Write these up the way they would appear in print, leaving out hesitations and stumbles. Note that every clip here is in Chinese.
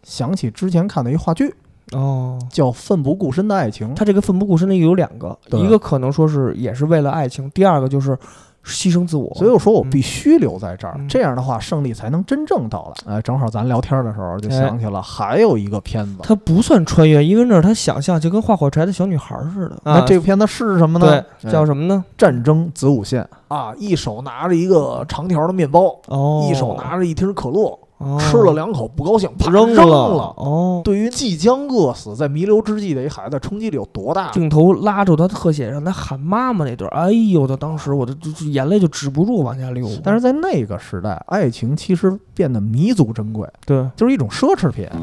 想起之前看的一话剧叫《奋不顾身的爱情》。 他这个奋不顾身的有两个，一个可能说是也是为了爱情，第二个就是牺牲自我。 所以我说我必须留在这儿，这样的话胜利才能真正到来。正好咱聊天的时候就想起了还有一个片子， 它不算穿越，因为那是他想象就跟画火柴的小女孩似的。 那这个片子是什么呢？ 对，叫什么呢？ 战争子午线啊！一手拿着一个长条的面包，一手拿着一听可乐。吃了2口不高兴，啪扔了。对于即将饿死在弥留之际的一孩子，冲击力有多大？ 镜头拉住他特写，让他喊妈妈那段，哎呦，当时我的眼泪就止不住往下流。 但是在那个时代，爱情其实变得弥足珍贵， 对， 就是一种奢侈品。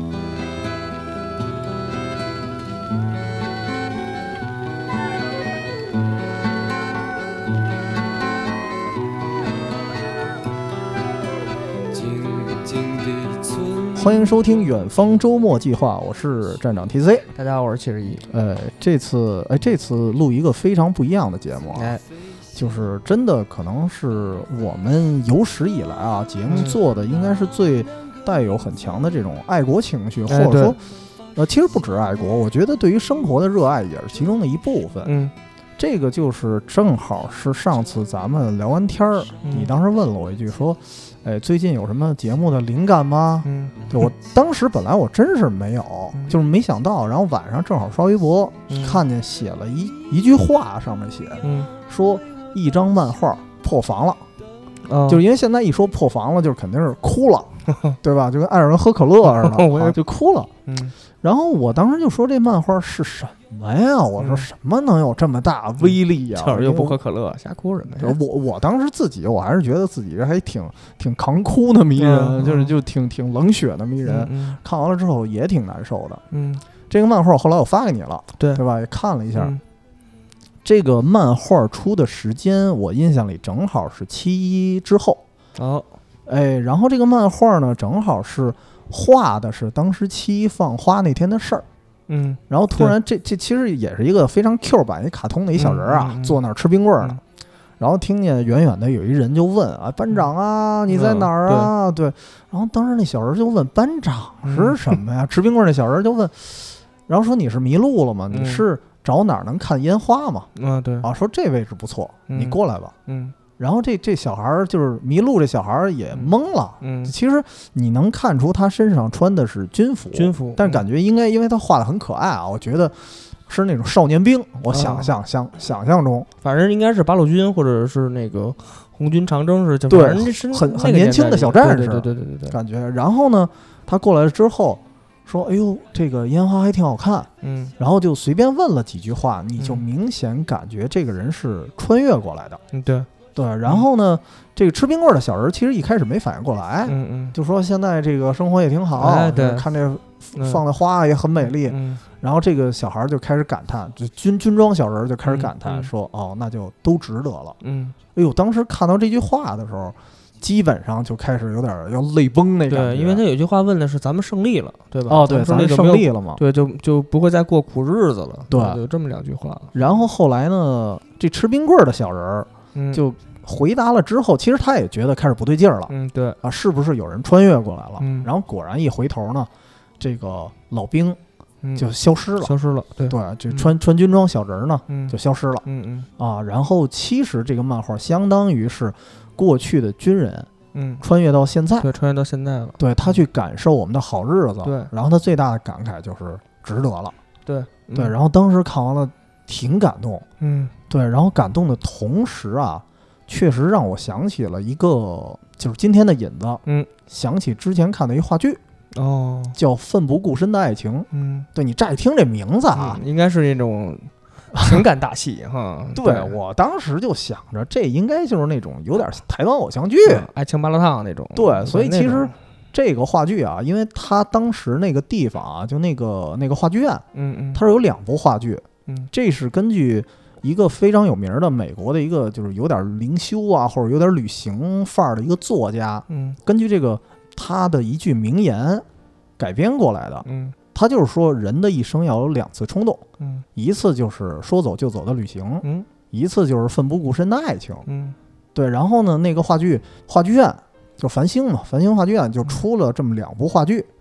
欢迎收听远方周末计划，我是站长 TC。 大家好，我是71。 这次录一个非常不一样的节目啊，就是真的可能是我们有史以来啊节目做的应该是最带有很强的这种爱国情绪，或者说其实不止爱国，我觉得对于生活的热爱也是其中的一部分。这个就是正好是上次咱们聊完天儿，你当时问了我一句说，最近有什么节目的灵感吗？对，我当时本来我真是没有，就是没想到，然后晚上正好刷微博，看见写了一句话，上面写，说一张漫画破防了，就是因为现在一说破防了，就是肯定是哭了，对吧？就跟爱尔兰喝可乐似的，就哭了。然后我当时就说这漫画是什么呀？我说什么能有这么大威力呀？ 就是又不喝可乐，瞎哭什么呀？ 我当时我还是觉得自己还挺扛哭的迷人，就挺冷血的迷人。看完了之后也挺难受的。这个漫画后来我发给你了，对吧？也看了一下。这个漫画出的时间我印象里正好是7·11之后。然后这个漫画呢，正好是画的是当时7·11放花那天的事儿。然后突然这其实也是一个非常 Q 版一卡通的一小人啊，坐那儿吃冰棍呢。然后听见远远的有一人就问啊，班长啊，你在哪儿啊？对。然后当时那小人就问班长是什么呀？吃冰棍那小人就问，然后说你是迷路了吗？你是找哪儿能看烟花吗？ 对啊，说这位置不错，你过来吧。然后这小孩就是迷路，这小孩也懵了。其实你能看出他身上穿的是军服，但感觉应该因为他画的很可爱啊，我觉得是那种少年兵。我想象中， 反正应该是八路军或者是那个红军长征是， 对，很年轻的小战士， 对感觉。然后呢，他过来之后说：“哎呦，这个烟花还挺好看。”然后就随便问了几句话，你就明显感觉这个人是穿越过来的。对，然后呢，这个吃冰棍的小人其实一开始没反应过来，就说现在这个生活也挺好，看这放的花也很美丽。然后这个小孩就开始感叹，就军装小人就开始感叹说：“哦，那就都值得了。”哎呦，当时看到这句话的时候，基本上就开始有点要泪崩那感觉。 对，因为他有句话问的是咱们胜利了，对吧？ 对，咱们胜利了嘛？ 对，就不会再过苦日子了。 对， 有这么两句话。 然后后来呢，这吃冰棍的小人就回答了之后，其实他也觉得开始不对劲儿了。 对啊， 是不是有人穿越过来了？然后果然一回头呢，这个老兵就消失了。对，这穿军装小人呢就消失了。然后其实这个漫画相当于是过去的军人穿越到现在， 对，穿越到现在了。 对，他去感受我们的好日子。 对， 然后他最大的感慨就是值得了。 对， 然后当时看完了挺感动。对，然后感动的同时啊，确实让我想起了一个，就是今天的引子。想起之前看的一话剧，叫《奋不顾身的爱情》。对，你乍一听这名字啊， 应该是那种情感大戏哈。 对，我当时就想着，这应该就是那种有点台湾偶像剧， 爱情麻辣烫那种。 对，所以其实这个话剧啊，因为他当时那个地方啊，就那个话剧院，它是有2部话剧。这是根据一个非常有名的美国的一个就是有点灵修啊或者有点旅行范儿的一个作家，根据这个他的一句名言改编过来的。他就是说人的一生要有2次冲动，一次就是说走就走的旅行，一次就是奋不顾身的爱情。对，然后呢，那个话剧院就繁星话剧院就出了这么2部话剧。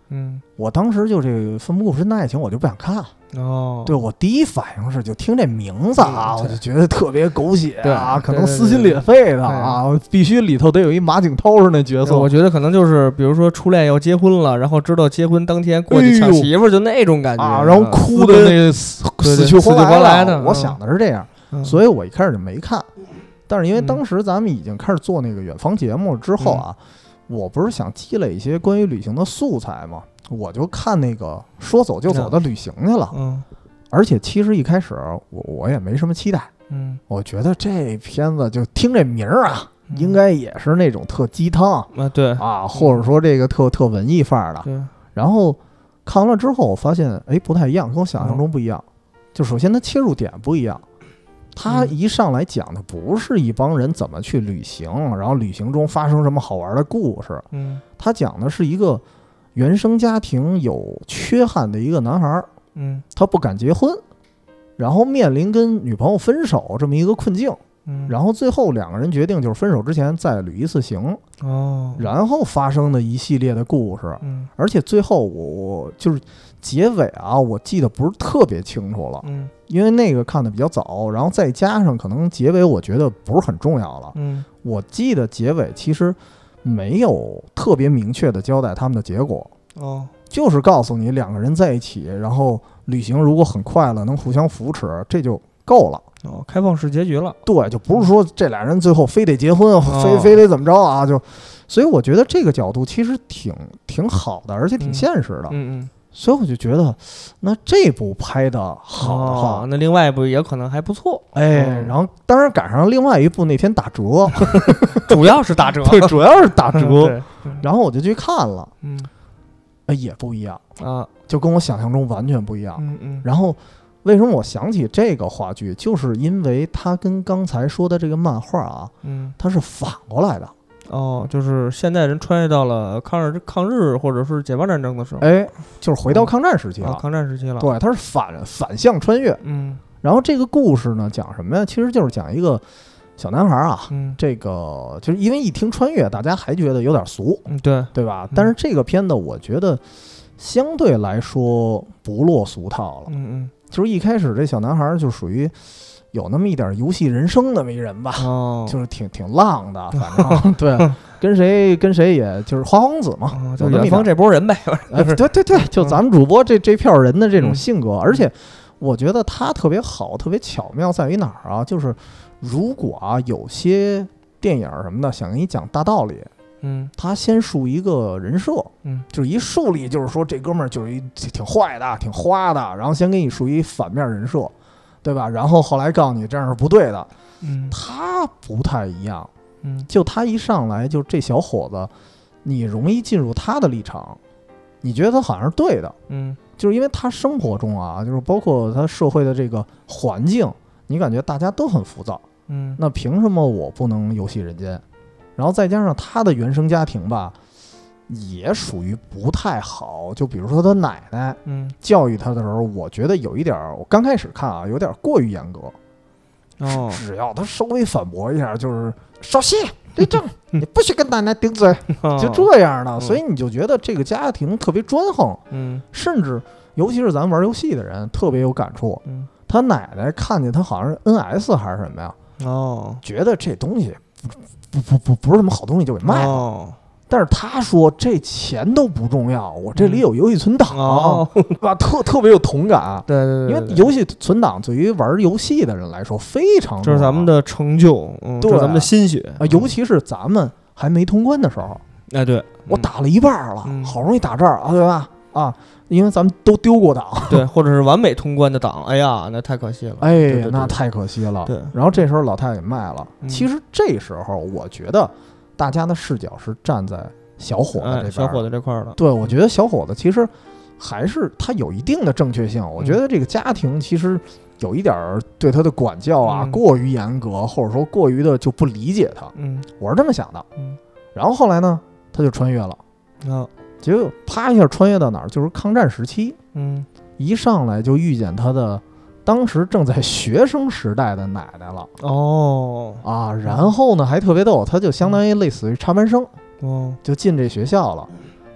我当时就这个奋不顾身的爱情我就不想看。对，我第一反应是就听这名字啊，我就觉得特别狗血啊，可能撕心裂肺的啊，必须里头得有一马景涛似的角色。 我觉得可能就是比如说初恋要结婚了，然后知道结婚当天过去抢媳妇就那种感觉啊，然后哭的那死去活来的。我想的是这样，所以我一开始就没看。但是因为当时咱们已经开始做那个远方节目之后啊，我不是想积累一些关于旅行的素材嘛，我就看那个说走就走的旅行去了。而且其实一开始我也没什么期待。我觉得这片子就听这名儿啊，应该也是那种特鸡汤对啊，或者说这个特文艺范儿的。然后看完了之后，我发现不太一样，跟我想象中不一样。就首先它切入点不一样。他一上来讲的不是一帮人怎么去旅行，然后旅行中发生什么好玩的故事。他讲的是一个原生家庭有缺憾的一个男孩。他不敢结婚，然后面临跟女朋友分手这么一个困境。然后最后两个人决定就是分手之前再旅一次行。然后发生的一系列的故事。而且最后我就是结尾啊，我记得不是特别清楚了。因为那个看的比较早，然后再加上可能结尾我觉得不是很重要了。我记得结尾其实没有特别明确的交代他们的结果。就是告诉你两个人在一起，然后旅行如果很快乐，能互相扶持，这就够了。 开放式结局了。 对，就不是说这俩人最后非得结婚，非得怎么着啊？所以我觉得这个角度其实挺好的，而且挺现实的。所以我就觉得，那这部拍的好的话， 那另外一部也可能还不错。 然后当然赶上另外一部那天打折， 主要是打折， 对，主要是打折。然后我就去看了，也不一样啊，就跟我想象中完全不一样。然后为什么我想起这个话剧，就是因为它跟刚才说的这个漫画啊，它是反过来的。 就是现代人穿越到了抗日或者是解放战争的时候， 就是回到抗战时期了。 抗战时期了。 对，它是反向穿越。然后这个故事呢，讲什么呀？其实就是讲一个小男孩啊，这个就是因为一听穿越，大家还觉得有点俗，对吧？但是这个片子我觉得相对来说不落俗套了。就是一开始这小男孩就属于有那么一点游戏人生那么一人吧，就是挺浪的，反正对，跟谁也就是花花公子嘛， 就远方这波人呗。 对，就咱们主播这票人的这种性格。而且我觉得他特别好，特别巧妙在于哪儿啊？就是如果有些电影什么的想给你讲大道理，他先树一个人设，就是一树立就是说这哥们儿就是一挺坏的，挺花的，然后先给你树一反面人设。对吧？然后后来告诉你这样是不对的。他不太一样。就他一上来就这小伙子，你容易进入他的立场，你觉得他好像是对的。就是因为他生活中啊，就是包括他社会的这个环境，你感觉大家都很浮躁。那凭什么我不能游戏人间？然后再加上他的原生家庭吧，也属于不太好。就比如说他奶奶教育他的时候，我觉得有一点，我刚开始看啊有点过于严格。只要他稍微反驳一下，就是少戏立正，你不许跟奶奶顶嘴，就这样的。所以你就觉得这个家庭特别专横。甚至尤其是咱玩游戏的人特别有感触。他奶奶看见他好像是 NS 还是什么呀，觉得这东西不是什么好东西就给卖了。但是他说这钱都不重要，我这里有游戏存档，吧，特别有同感。 对， 因为游戏存档对于玩游戏的人来说非常重要， 这是咱们的成就，这是咱们的心血啊。尤其是咱们还没通关的时候， 对， 我打了一半了，好容易打这儿啊，对吧？因为咱们都丢过档， 对，或者是完美通关的档，哎呀，那太可惜了， 那太可惜了。 对， 然后这时候老太太给卖了。其实这时候我觉得大家的视角是站在小伙子这边， 小伙子这块的。 对，我觉得小伙子其实还是他有一定的正确性。我觉得这个家庭其实有一点对他的管教啊过于严格，或者说过于的就不理解他。我是这么想的。然后后来呢，他就穿越了。结果啪一下穿越到哪儿？就是抗战时期。一上来就遇见他的当时正在学生时代的奶奶了。然后呢还特别逗，他就相当于类似于插班生，就进这学校了。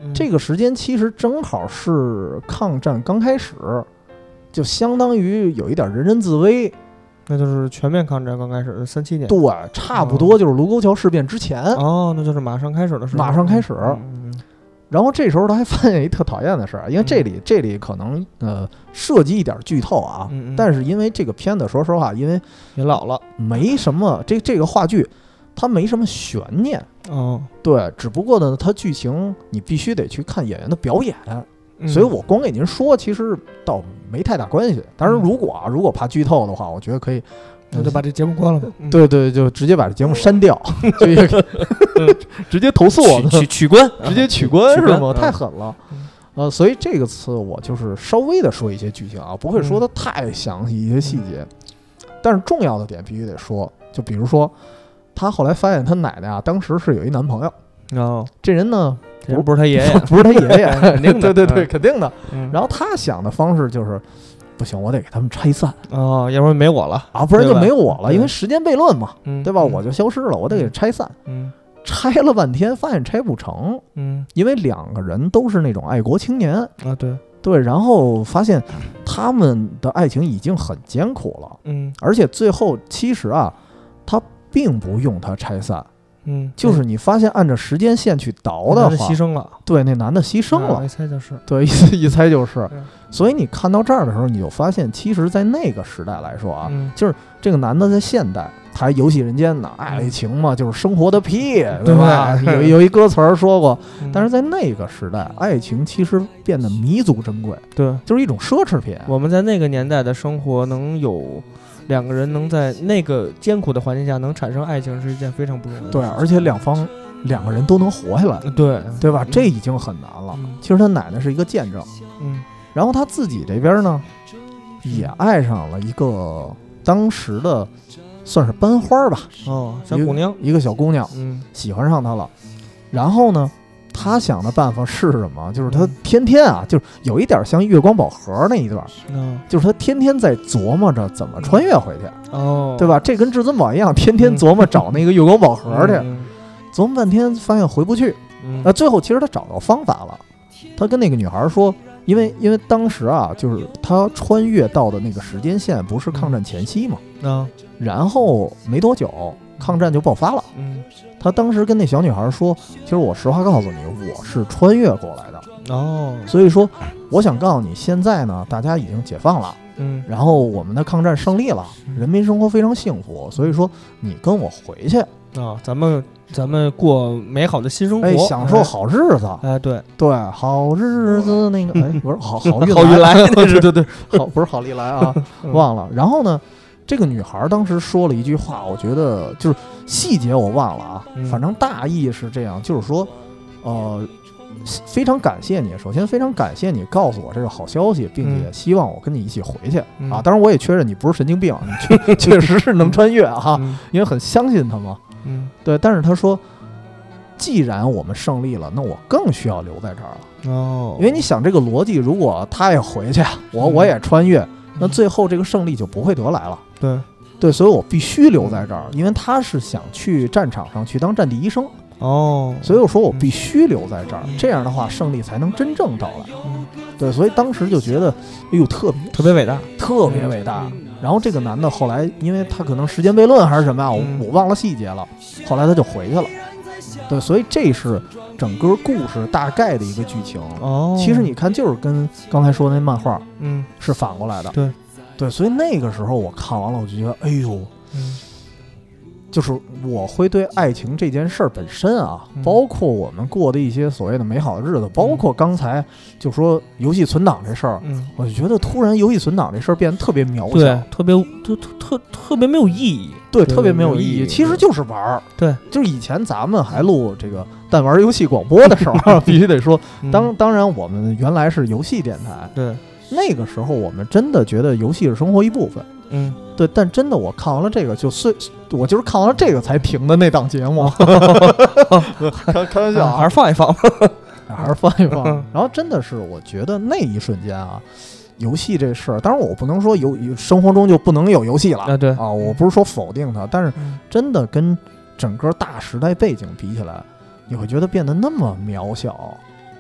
这个时间其实正好是抗战刚开始，就相当于有一点人人自危。 那就是全面抗战刚开始37年， 对，差不多就是卢沟桥事变之前。 哦，那就是马上开始的事， 马上开始。然后这时候他还发现一特讨厌的事儿，因为这里可能涉及一点剧透啊，但是因为这个片子说实话，因为也老了， 没什么这个话剧它没什么悬念。对，只不过呢，它剧情你必须得去看演员的表演。所以我光给您说，其实倒没太大关系。当然，如果怕剧透的话，我觉得可以， 那就把这节目关了吧。 对，就直接把这节目删掉，就也直接投诉我们， 取关， 直接取关是吗？太狠了。所以这个词我就是稍微的说一些剧情啊，不会说的太详细一些细节，但是重要的点必须得说。就比如说，他后来发现他奶奶啊，当时是有一男朋友，这人呢。 不是他爷爷， 不是他爷爷， 肯定的， 对，肯定的。然后他想的方式就是，不行，我得给他们拆散要不然没我了啊，不然就没我了，因为时间悖论嘛，对吧？我就消失了，我得给拆散。拆了半天，发现拆不成。因为两个人都是那种爱国青年啊， 对，然后发现他们的爱情已经很艰苦了。而且最后其实啊，他并不用他拆散。就是你发现按照时间线去倒的话， 牺牲了， 对，那男的牺牲了， 一猜就是， 对，一猜就是。所以你看到这儿的时候，你就发现，其实，在那个时代来说啊，就是这个男的在现代还游戏人间呢，爱情嘛，就是生活的屁，对吧？有一歌词说过，但是在那个时代，爱情其实变得弥足珍贵， 对， 就是一种奢侈品。 我们在那个年代的生活能有。两个人能在那个艰苦的环境下能产生爱情是一件非常不容易的事。 对，而且两个人都能活下来，对吧？这已经很难了。其实他奶奶是一个见证。然后他自己这边呢，也爱上了一个当时的算是班花吧， 小姑娘， 一个小姑娘，喜欢上他了。然后呢，他想的办法是什么？就是他天天啊，就是有一点像月光宝盒那一段，就是他天天在琢磨着怎么穿越回去，对吧？这跟至尊宝一样，天天琢磨找那个月光宝盒去，琢磨半天发现回不去。最后其实他找到方法了，他跟那个女孩说，因为当时啊，就是他穿越到的那个时间线不是抗战前夕嘛，然后没多久抗战就爆发了。他当时跟那小女孩说，其实我实话告诉你，我是穿越过来的。所以说我想告诉你，现在呢大家已经解放了，然后我们的抗战胜利了，人民生活非常幸福，所以说你跟我回去咱们过美好的新生活， 享受好日子。对，好日子那个不是好运来， 对，好不是好利来啊，忘了。然后呢，这个女孩当时说了一句话，我觉得就是细节我忘了啊，反正大意是这样，就是说，非常感谢你，首先非常感谢你告诉我这个好消息，并且希望我跟你一起回去啊。当然我也确认你不是神经病，你确实是能穿越哈，因为很相信他嘛。对，但是他说，既然我们胜利了，那我更需要留在这儿了。因为你想这个逻辑，如果他也回去，我也穿越，那最后这个胜利就不会得来了。对，所以我必须留在这儿，因为他是想去战场上去当战地医生。所以我说我必须留在这儿，这样的话胜利才能真正到来。对，所以当时就觉得，哎呦，特别伟大，特别伟大。然后这个男的后来，因为他可能时间悖论还是什么呀，我忘了细节了。后来他就回去了。对，所以这是整个故事大概的一个剧情。其实你看，就是跟刚才说的那漫画，是反过来的。对，所以那个时候我看完了，我就觉得，哎呦。就是我会对爱情这件事儿本身啊，包括我们过的一些所谓的美好的日子，包括刚才就说游戏存档这事儿，我就觉得突然游戏存档这事儿变得特别渺小， 对，特别没有意义， 对，特别没有意义，其实就是玩儿， 对， 就是以前咱们还录这个但玩游戏广播的时候，必须得说，当然我们原来是游戏电台， 对， 那个时候我们真的觉得游戏是生活一部分。对，但真的我看完了这个我就是看完了这个才评的那档节目，开玩笑， 还是放一放， 还是放一放。然后真的是，我觉得那一瞬间啊，游戏这事儿，当然我不能说生活中就不能有游戏了啊，我不是说否定它，但是真的跟整个大时代背景比起来，你会觉得变得那么渺小。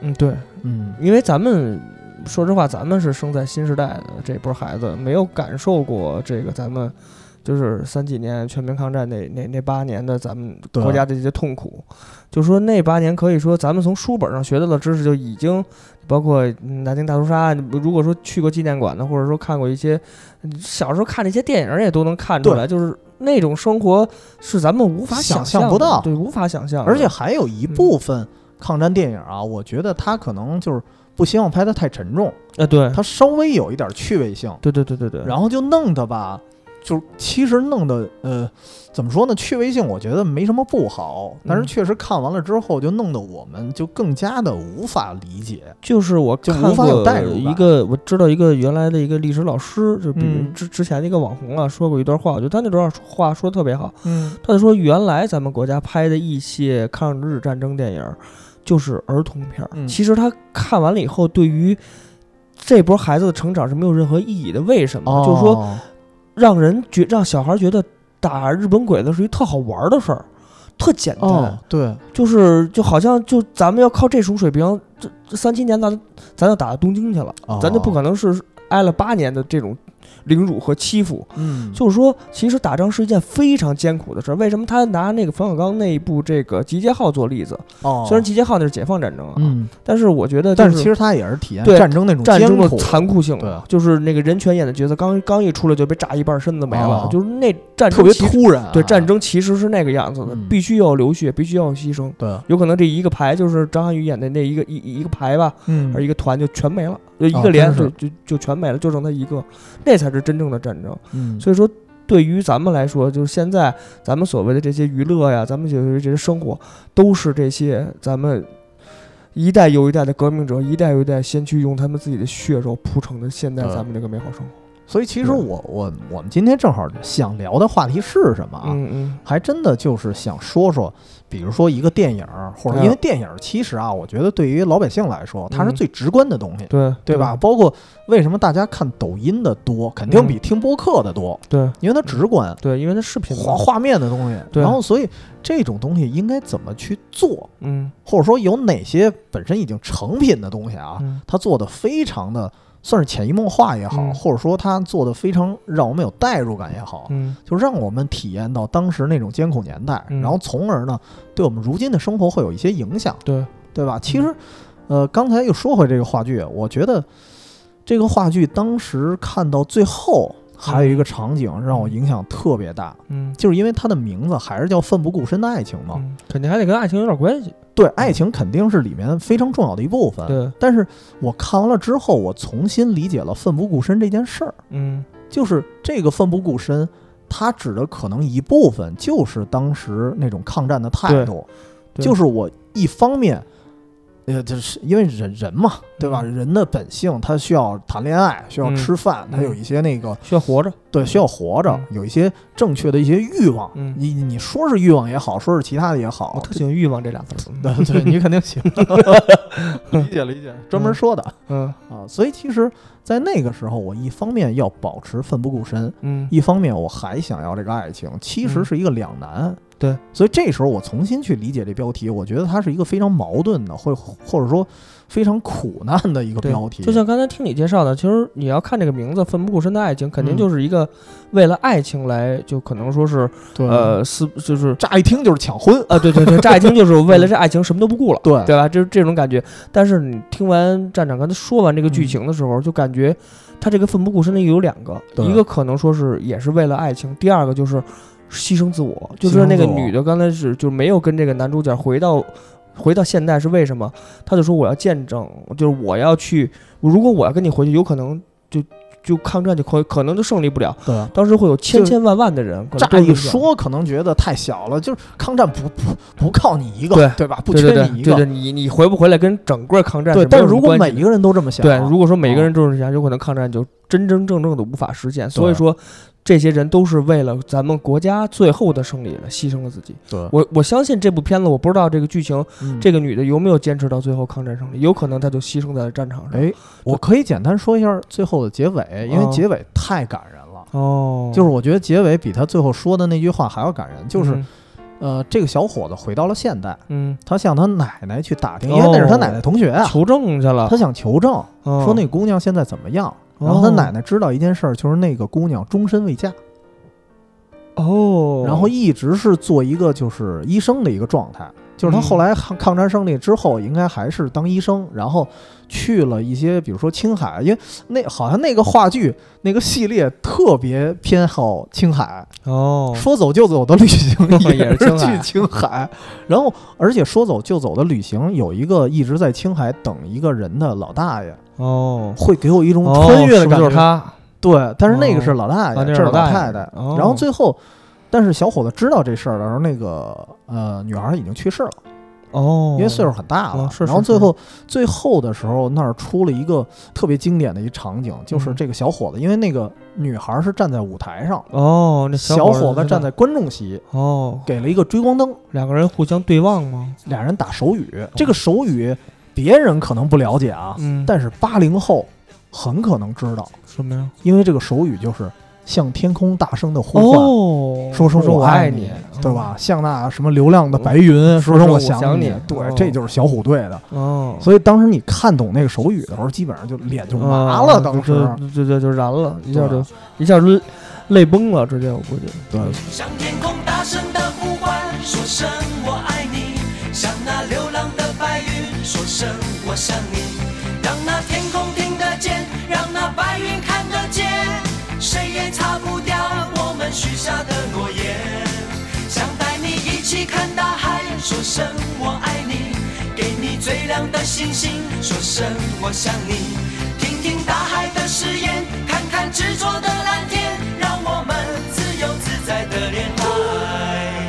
对，因为咱们说实话，咱们是生在新时代的这波孩子，没有感受过这个咱们就是30几年全民抗战那8年的咱们国家的这些痛苦。就说那8年可以说咱们从书本上学到的知识就已经包括南京大屠杀，如果说去过纪念馆的，或者说看过一些小时候看那些电影也都能看出来，就是那种生活是咱们无法想象不到， 对，无法想象。 而且还有一部分抗战电影啊，我觉得他可能就是不希望拍得太沉重， 对， 他稍微有一点趣味性， 对， 然后就弄得吧，就其实弄得怎么说呢？趣味性我觉得没什么不好，但是确实看完了之后，就弄得我们就更加的无法理解。 就是我看过无法有代入感一个，我知道一个原来的一个历史老师，就比如之前的一个网红啊，说过一段话，我觉得他那段话说的特别好。他就说原来咱们国家拍的一些抗日战争电影就是儿童片，其实他看完了以后，对于这波孩子的成长是没有任何意义的。为什么？就是说让小孩觉得打日本鬼子是一特好玩的事儿，特简单。 对， 就好像就咱们要靠这种水平，这37年咱要打到东京去了，咱就不可能是挨了8年的这种凌辱和欺负。就是说其实打仗是一件非常艰苦的事儿。为什么他拿那个冯小刚那一部这个集结号做例子？虽然集结号那是解放战争啊，但是我觉得但是其实他也是体验战争那种战争的残酷性。 对， 就是那个任泉演的角色刚一出来就被炸一半身子没了，就是那战争特别突然。 对，战争其实是那个样子的，必须要流血，必须要牺牲。 对， 有可能这一个排就是张涵予演的那一个排吧，而一个团就全没了，就一个连就全没了，就剩他一个，那才是真正的战争。所以说对于咱们来说，就是现在咱们所谓的这些娱乐呀，咱们就是这些生活，都是这些咱们一代又一代的革命者，一代又一代先驱用他们自己的血肉铺成的现在咱们这个美好生活。 所以其实我们今天正好想聊的话题是什么啊？还真的就是想说说，比如说一个电影，或者因为电影其实啊，我觉得对于老百姓来说，它是最直观的东西，对吧？包括为什么大家看抖音的多，肯定比听播客的多， 对， 因为它直观， 对，因为它视频画面的东西，然后所以这种东西应该怎么去做？或者说有哪些本身已经成品的东西啊，它做的非常的。算是潜移默化也好，或者说他做的非常让我们有代入感也好，就让我们体验到当时那种艰苦年代，然后从而呢，对我们如今的生活会有一些影响，对吧？其实，刚才又说回这个话剧，我觉得这个话剧当时看到最后，还有一个场景让我影响特别大，就是因为它的名字还是叫奋不顾身的爱情嘛， 肯定还得跟爱情有点关系。 对，爱情肯定是里面非常重要的一部分。 对， 但是我看完了之后，我重新理解了奋不顾身这件事儿。就是这个奋不顾身，它指的可能一部分就是当时那种抗战的态度，就是我一方面。就是因为人嘛，对吧？人的本性，他需要谈恋爱，需要吃饭，他有一些那个需要活着， 对，需要活着，有一些正确的一些欲望。你说是欲望也好，说是其他的也好， 我特喜欢欲望这俩字。 对，你肯定喜欢，理解，专门说的。所以其实，在那个时候，我一方面要保持奋不顾身，一方面我还想要这个爱情，其实是一个两难。 对， 所以这时候我重新去理解这标题，我觉得它是一个非常矛盾的，或者说非常苦难的一个标题。 就像刚才听你介绍的，其实你要看这个名字“奋不顾身的爱情”，肯定就是一个为了爱情来，就可能说是就是乍一听就是抢婚啊，对，乍一听就是为了这爱情什么都不顾了，对吧？这种感觉。但是你听完站长刚才说完这个剧情的时候，就感觉他这个奋不顾身的有两个，一个可能说是也是为了爱情，第二个就是。牺牲自我，就是那个女的刚才就没有跟这个男主角回到现代，是为什么？他就说我要见证，就是我要去，如果我要跟你回去，有可能就抗战就可能就胜利不了。 对， 当时会有千万的人。 乍一说可能觉得太小了，就是抗战不靠你一个，对吧？不缺你一个。 对，你回不回来跟整个抗战对，但如果每一个人都这么想， 对，如果说每一个人都这么想，有可能抗战就真正的无法实现。所以说。这些人都是为了咱们国家最后的胜利了，牺牲了自己。 对， 我相信这部片子，我不知道这个剧情，这个女的有没有坚持到最后抗战胜利，有可能她就牺牲在战场上。 我可以简单说一下最后的结尾，因为结尾太感人了。就是我觉得结尾比她最后说的那句话还要感人，就是这个小伙子回到了现代， 他向他奶奶去打听，因为那是他奶奶同学啊， 求证去了。 他想求证，说那姑娘现在怎么样。然后他奶奶知道一件事，就是那个姑娘终身未嫁。然后一直是做一个就是医生的一个状态。就是他后来抗战胜利之后，应该还是当医生，然后去了一些，比如说青海，因为好像那个话剧那个系列特别偏好青海。说走就走的旅行也是去青海，然后而且说走就走的旅行有一个一直在青海等一个人的老大爷，会给我一种穿越的感觉。 就是他， 对，但是那个是老大爷，这是老太太。然后最后。但是小伙子知道这事儿的时候，那个女孩已经去世了，因为岁数很大了。然后最后的时候，那儿出了一个特别经典的一场景，就是这个小伙子，因为那个女孩是站在舞台上， 那小伙子站在观众席，给了一个追光灯， 两个人互相对望吗？ 俩人打手语，这个手语别人可能不了解啊，但是80后很可能知道什么呀？ 因为这个手语就是向天空大声的呼唤，说声我爱你，对吧？像那什么流浪的白云，说声我想你，对，这就是小虎队的。所以当时你看懂那个手语的时候，基本上就脸就麻了，当时就燃了，一下就泪崩了，直接我估计。 对。 向天空大声的呼唤，说声我爱你；向那流浪的白云，说声我想你。让那天空听得见，让那白云看得见。谁也擦不掉我们许下的诺言，想带你一起看大海，说声我爱你，给你最亮的星星，说声我想你，听听大海的誓言，看看执着的蓝天，让我们自由自在的恋爱。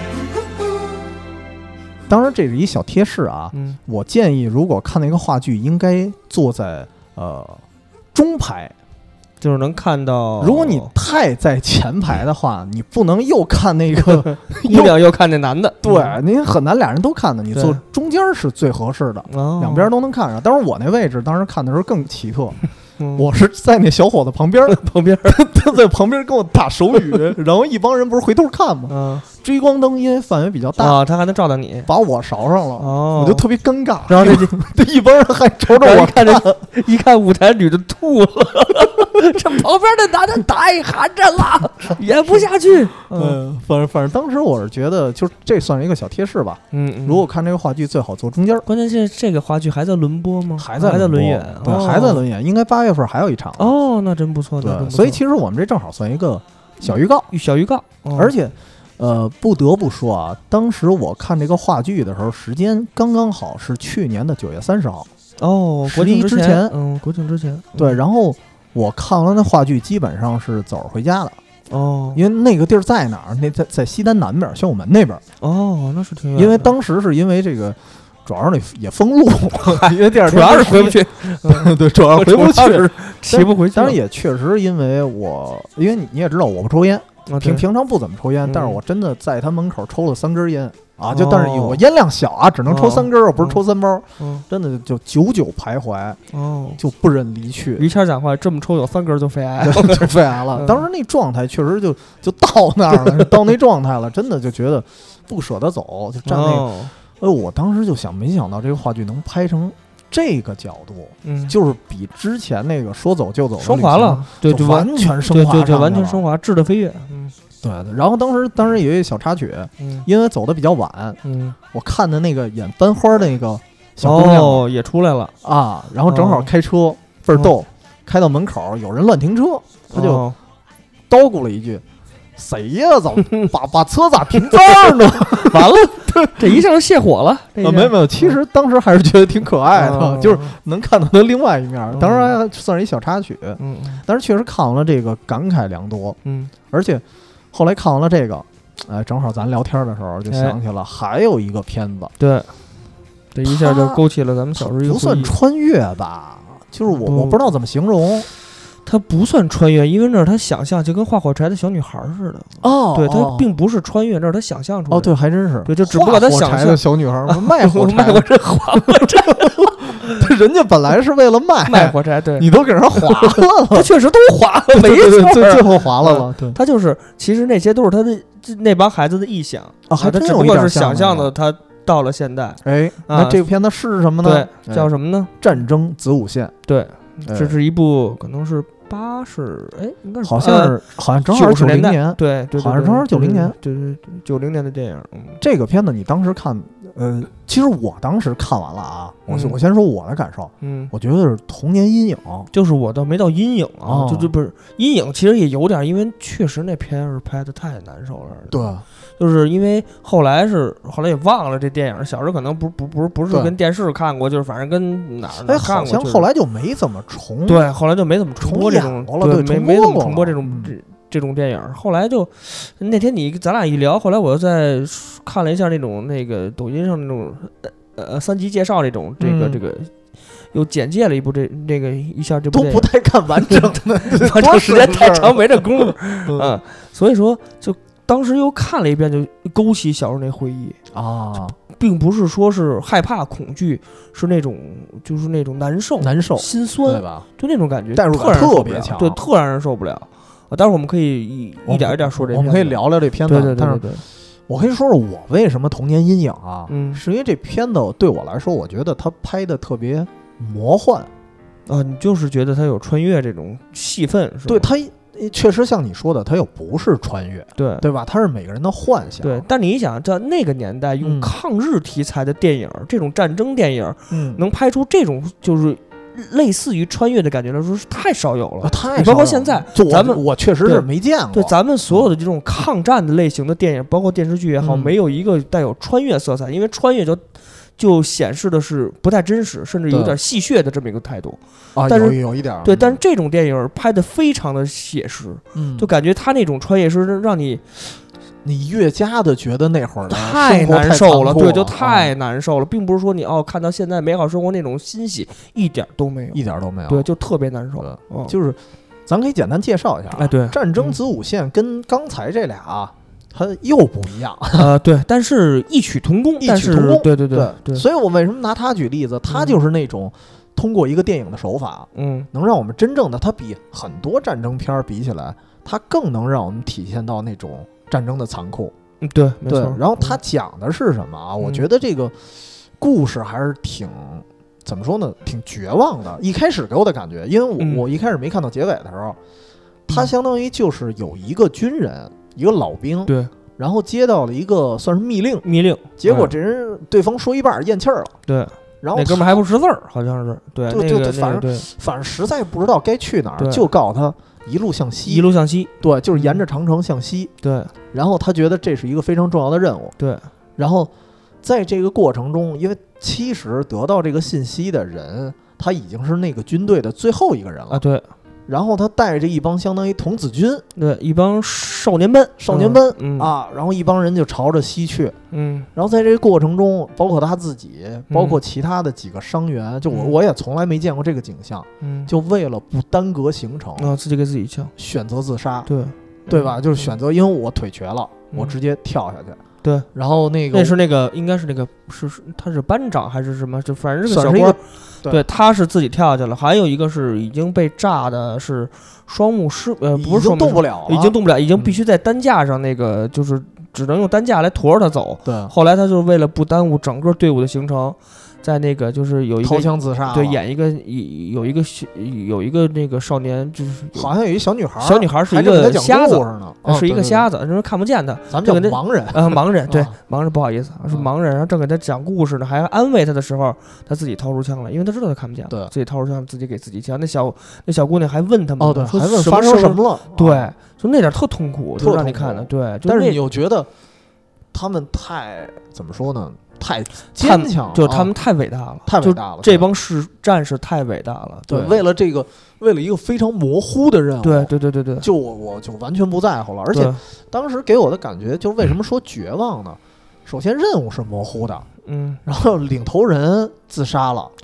当然这是一小贴士啊，我建议如果看那个话剧，应该坐在中排。 就是能看到， 如果你太在前排的话，你不能又看那个姑娘又看那男的， 对，你很难俩人都看的，你坐中间是最合适的，两边都能看上。当然我那位置当时看的时候更奇特，我是在那小伙子旁边，他在旁边跟我打手语，然后一帮人不是回头看吗？追光灯因为范围比较大， 他还能照到你， 把我勺上了，我就特别尴尬。 然后这一帮人还瞅着我看， 一看舞台女的吐了。这旁边的男的太寒碜了，演不下去。 反正当时我是觉得，就这算是一个小贴士吧。如果看这个话剧，最好坐中间。 关键是这个话剧还在轮播吗？ 还在轮演， 对，还在轮演。应该8月份还有一场。 那真不错。 对，所以其实我们这正好算一个小预告。而且，不得不说啊，当时我看这个话剧的时候，时间刚刚好是去年的9月30号。 国庆之前。 国庆之前。 对，然后。我看完那话剧，基本上是走着回家的。因为那个地儿在哪儿？那在西单南边，宣武门那边。 那是挺远。 因为当时是因为这个，主要是也封路，因为第二天主要是回不去。 对，主要回不去， 骑不回去。 当然也确实，因为因为你也知道，我不抽烟，平常不怎么抽烟，但是我真的在他门口抽了3根烟。但是我烟量小啊，只能抽3根，我不是抽3包，真的就久久徘徊，就不忍离去。 于谦讲话，这么抽有3根就肺癌， 就肺癌了。当时那状态确实就到那儿了，到那状态了，真的就觉得不舍得走，就站那。我当时就想，没想到这个话剧能拍成这个角度，就是比之前那个说走就走升华了，对， 就完全升华， 就完全升华，质的飞跃。 对，然后当时有一个小插曲，因为走的比较晚，我看的那个演班花的那个小姑娘也出来了啊，然后正好开车倍儿逗，开到门口有人乱停车，他就叨咕了一句：“谁呀？怎么把车咋停这儿呢？” 完了，这一下就泄火了。 没有，其实当时还是觉得挺可爱的，就是能看到他另外一面，当然还算是一小插曲。但是确实看完了这个感慨良多。而且。后来看完了这个，正好咱聊天的时候就想起了还有一个片子， 对，这一下就勾起了咱们小时候一个不算穿越吧，就是我不知道怎么形容， 它不算穿越，因为那是他想象，就跟划火柴的小女孩似的。对，它并不是穿越，那是他想象出来的。 对，还真是。 对，就只不过他想象的小女孩卖火柴， 划火柴， 人家本来是为了卖火柴，对， 你都给人划了， 他确实都划了，没错， 最后划了。对， 他就是其实那些都是他的那帮孩子的臆想啊，还他只不过是想象的，他到了现代。 那这个片子是什么呢？ 对，叫什么呢？ 战争子午线。 对，这是一部可能是应该是好像正好是90年， 对， 好像正好90年， 对90年的电影。 这个片子你当时看，其实我当时看完了啊，我先说我的感受，我觉得是童年阴影， 就是我倒没到阴影啊，就不是阴影，其实也有点，因为确实那片儿拍的太难受了。 对， 就是因为后来也忘了这电影，小时候可能不是跟电视看过，就是反正跟哪儿看过， 好像后来就没怎么重， 对，后来就没怎么重播这种， 对， 没怎么重播这种电影。后来就那天咱俩一聊，后来我又在看了一下那个抖音上那种3集介绍这种这个又简介了一部一下这部都不太看完整的， 完整时间太长没这功夫所以说就当时又看了一遍，就勾起小时候那回忆啊， 并不是说是害怕恐惧，是那种就是那种难受心酸， 对吧？ 就那种感觉， 代入感特别强， 对，特让人受不了。待会儿我们可以一点一点说这片子， 我们可以聊聊这片子。 对， 但是我可以说说我为什么童年阴影啊？是因为这片子对我来说，我觉得它拍的特别魔幻啊。你就是觉得它有穿越这种戏份，是吧？ 对，它确实像你说的，它又不是穿越，对吧？它是每个人的幻想。 对，但你想，在那个年代用抗日题材的电影，这种战争电影，能拍出这种就是类似于穿越的感觉来说，是太少有了。 太少了， 包括现在， 我确实是没见过。 对，咱们所有的这种抗战的类型的电影，包括电视剧也好，没有一个带有穿越色彩，因为穿越就显示的是不太真实，甚至有点戏谑的这么一个态度啊。 但是有一点， 对，但是这种电影拍的非常的写实，就感觉他那种穿越是让你越加的觉得那会儿太难受了，对，就太难受了，并不是说你看到现在美好生活那种欣喜，一点都没有，对，就特别难受。 就是咱可以简单介绍一下， 对， 战争子午线跟刚才这俩它又不一样， 对，但是异曲同工，对， 所以我为什么拿它举例子？它就是那种通过一个电影的手法，能让我们真正的，它比很多战争片比起来，它更能让我们体现到那种战争的残酷。 对，没错。 然后它讲的是什么啊？我觉得这个故事还是怎么说呢？挺绝望的。一开始给我的感觉，因为我一开始没看到结尾的时候，它相当于就是有一个军人。一个老兵， 对， 然后接到了一个算是密令，结果这人对方说一半咽气儿了， 对， 然后那哥们还不识字儿，好像是，对， 反正实在不知道该去哪儿，就告诉他一路向西，对，就是沿着长城向西， 对， 然后他觉得这是一个非常重要的任务， 对， 然后在这个过程中，因为其实得到这个信息的人，他已经是那个军队的最后一个人了啊，对。 然后他带着一帮相当于童子军， 对，一帮少年班啊，然后一帮人就朝着西去，然后在这个过程中，包括他自己，包括其他的几个伤员，就我也从来没见过这个景象，就为了不耽搁行程， 自己给自己枪， 选择自杀， 对吧？就是选择，因为我腿瘸了，我直接跳下去。 对， 然后那是那个应该是那个他是班长还是什么？就反正是个小官，对，他是自己跳下去了。还有一个是已经被炸的是双目失，不是双目动不了， 已经动不了，已经必须在担架上那个就是只能用担架来驮着他走。 对， 后来他就是为了不耽误整个队伍的行程。在那个就是有一个掏枪自杀， 对，演一个有一个那个少年，就是好像有一小女孩是一个瞎子，是一个瞎子，人看不见他， 咱们叫盲人， 盲人，对，盲人不好意思，是盲人，然后正给他讲故事呢，还安慰他的时候，他自己掏出枪来，因为他知道他看不见， 对， 自己掏出枪，自己给自己枪。那小姑娘还问他们， 对， 说还问发生什么了， 对，就那点特痛苦，就让你看的，对， 但是你又觉得他们太怎么说呢？太坚强， 就他们太伟大了， 太伟大了！ 这帮战士太伟大了。 对，为了一个非常模糊的任务， 对， 就我就完全不在乎了。而且当时给我的感觉，就为什么说绝望呢？首先任务是模糊的，然后领头人自杀了， 对，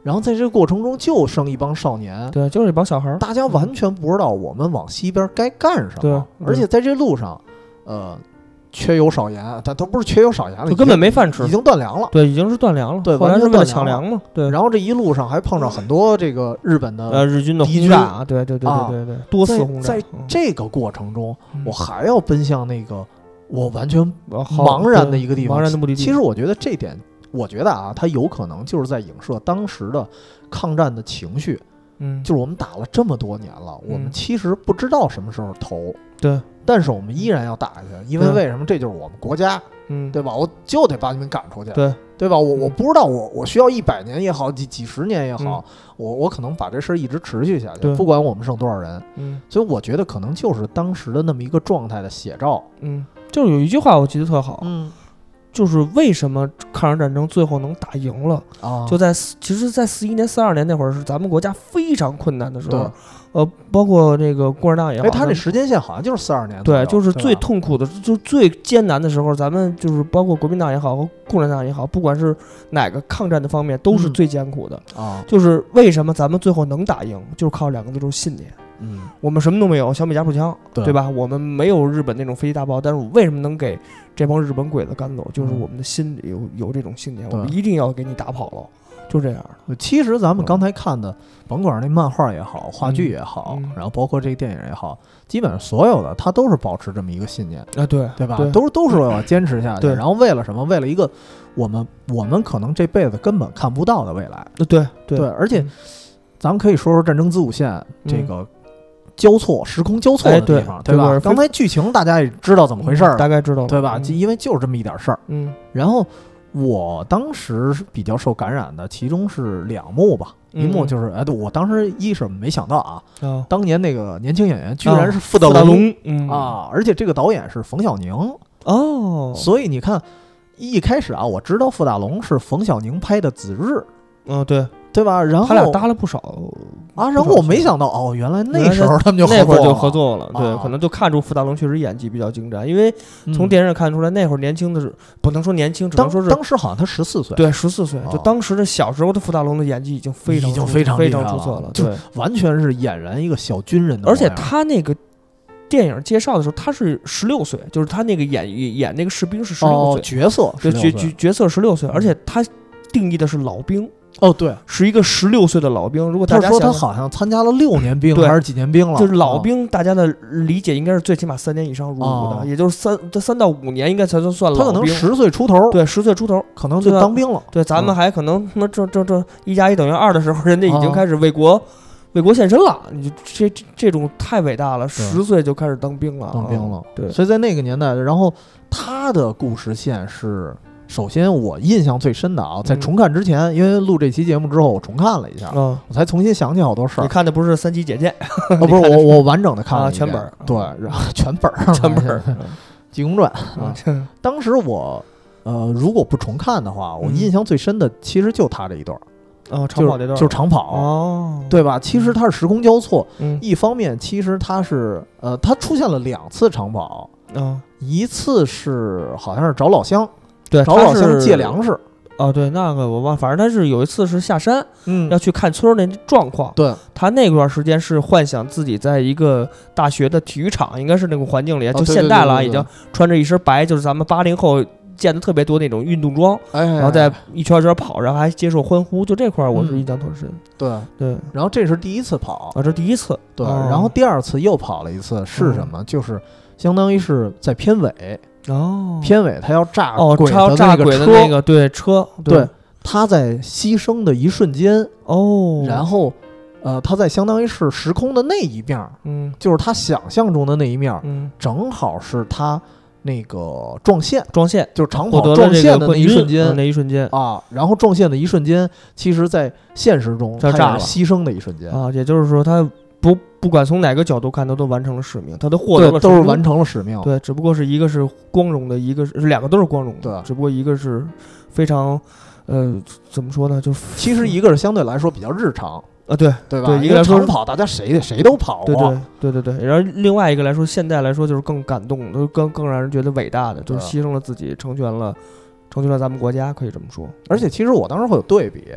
然后在这个过程中就剩一帮少年， 对，就是一帮小孩， 大家完全不知道我们往西边该干什么，而且在这路上，缺油少盐，但都不是缺油少盐了， 就根本没饭吃， 已经断粮了。 对，已经是断粮了。 对， 后来是为了抢粮嘛。对。 然后这一路上还碰上很多这个日本的日军的轰炸，对，多次轰炸。 在这个过程中，我还要奔向那个我完全茫然的一个地方， 茫然的目的地。 其实我觉得这点，我觉得啊，它有可能就是在影射当时的抗战的情绪。就是我们打了这么多年了，我们其实不知道什么时候投。 对。 但是我们依然要打下去，因为为什么？这就是我们国家，对吧？我就得把你们赶出去，对吧？我不知道，我需要100年也好，几十年也好，我可能把这事儿一直持续下去，不管我们剩多少人。所以我觉得可能就是当时的那么一个状态的写照。 就是有一句话我记得特好，就是为什么抗日战争最后能打赢了？就其实，在41年、42年那会儿是咱们国家非常困难的时候。包括这个共产党也好， 他这时间线好像就是42年， 对，就是最痛苦的，就是最艰难的时候，咱们就是包括国民党也好和共产党也好，不管是哪个抗战的方面，都是最艰苦的。就是为什么咱们最后能打赢，就是靠2个字，就是信念。我们什么都没有，小米加步枪，对吧？我们没有日本那种飞机大炮，但是我为什么能给这帮日本鬼子赶走？就是我们的心里有这种信念，我们一定要给你打跑了。就这样的。 其实咱们刚才看的，甭管那漫画也好，话剧也好，然后包括这个电影也好，基本上所有的它都是保持这么一个信念啊，对吧？都是要坚持下去。然后为了什么？为了一个我们可能这辈子根本看不到的未来。 对， 而且咱们可以说说战争子午线这个交错时空交错的地方，对吧？刚才剧情大家也知道怎么回事儿， 大概知道， 对吧？因为就是这么一点事儿。然后。我当时比较受感染的，其中是2幕吧。一幕就是，我当时一是没想到啊，当年那个年轻演员居然是傅大龙啊，而且这个导演是冯小宁哦， 所以你看，一开始啊，我知道傅大龙是冯小宁拍的《子日》，对吧？然后他俩搭了不少啊，然后我没想到原来那时候他们那会儿就合作了，对，可能就看出傅大龙确实演技比较精湛，因为从电视看出来那会儿年轻的是不能说年轻，只能说是当时好像他14岁， 对，14岁，就当时的小时候的傅大龙的演技已经非常出色了，对， 完全是俨然一个小军人的， 而且他那个电影介绍的时候，他是16岁，就是他那个演那个士兵是16岁， 角色角色16岁，而且他定义的是老兵。 对， 是一个16岁的老兵。如果大家说他好像参加了6年兵还是几年兵了， 就是老兵，大家的理解应该是最起码3年以上入伍的，也就是3到5年应该才算老兵。 他可能10岁出头， 对，10岁出头可能就当兵了。 对，咱们还可能这1+1等于2的时候，人家已经开始为国献身了。你就这种太伟大了，10岁就开始当兵了，对， 所以在那个年代，然后他的故事线是。首先，我印象最深的啊，在重看之前，因为录这期节目之后，我重看了一下，我才重新想起好多事儿。 你看的不是3级简介， 不是我完整的看了全本， 对，然后全本《济公传》啊。当时我如果不重看的话，我印象最深的其实就他这一段。 长跑这段就是长跑，对吧？其实它是时空交错，一方面其实它是它出现了2次长跑，一次是好像是找老乡。 对， 找老乡借粮食。 对，那个我忘，反正他是有一次是下山，要去看村那状况。 对， 他那段时间是幻想自己在一个大学的体育场，应该是那个环境里，就现代了，已经穿着一身白，就是咱们80后见的特别多那种运动装，然后在一圈圈跑，然后还接受欢呼，就这块我是印象特深。 对。然后这是第1次跑这第1次。 对，然后第2次又跑了一次，是什么？就是相当于是在片尾。片尾他要炸鬼的那个车， 对，他在牺牲的一瞬间，然后他在相当于是时空的那一面，就是他想象中的那一面，正好是他那个撞线，就是长跑撞线的那一瞬间，啊，然后撞线的一瞬间，其实在现实中他也是牺牲的一瞬间啊，也就是说他。不管从哪个角度看，他都完成了使命，他都获得了， 都是完成了使命。 对，只不过是一个是光荣的，一个是2个都是光荣的。 对， 只不过一个是非常，怎么说呢？就其实一个是相对来说比较日常啊，对吧？一个长跑，大家谁都跑过。 对。然后另外一个来说，现在来说就是更感动，都更让人觉得伟大的，就是牺牲了自己，成全了咱们国家，可以这么说。 而且其实我当时会有对比。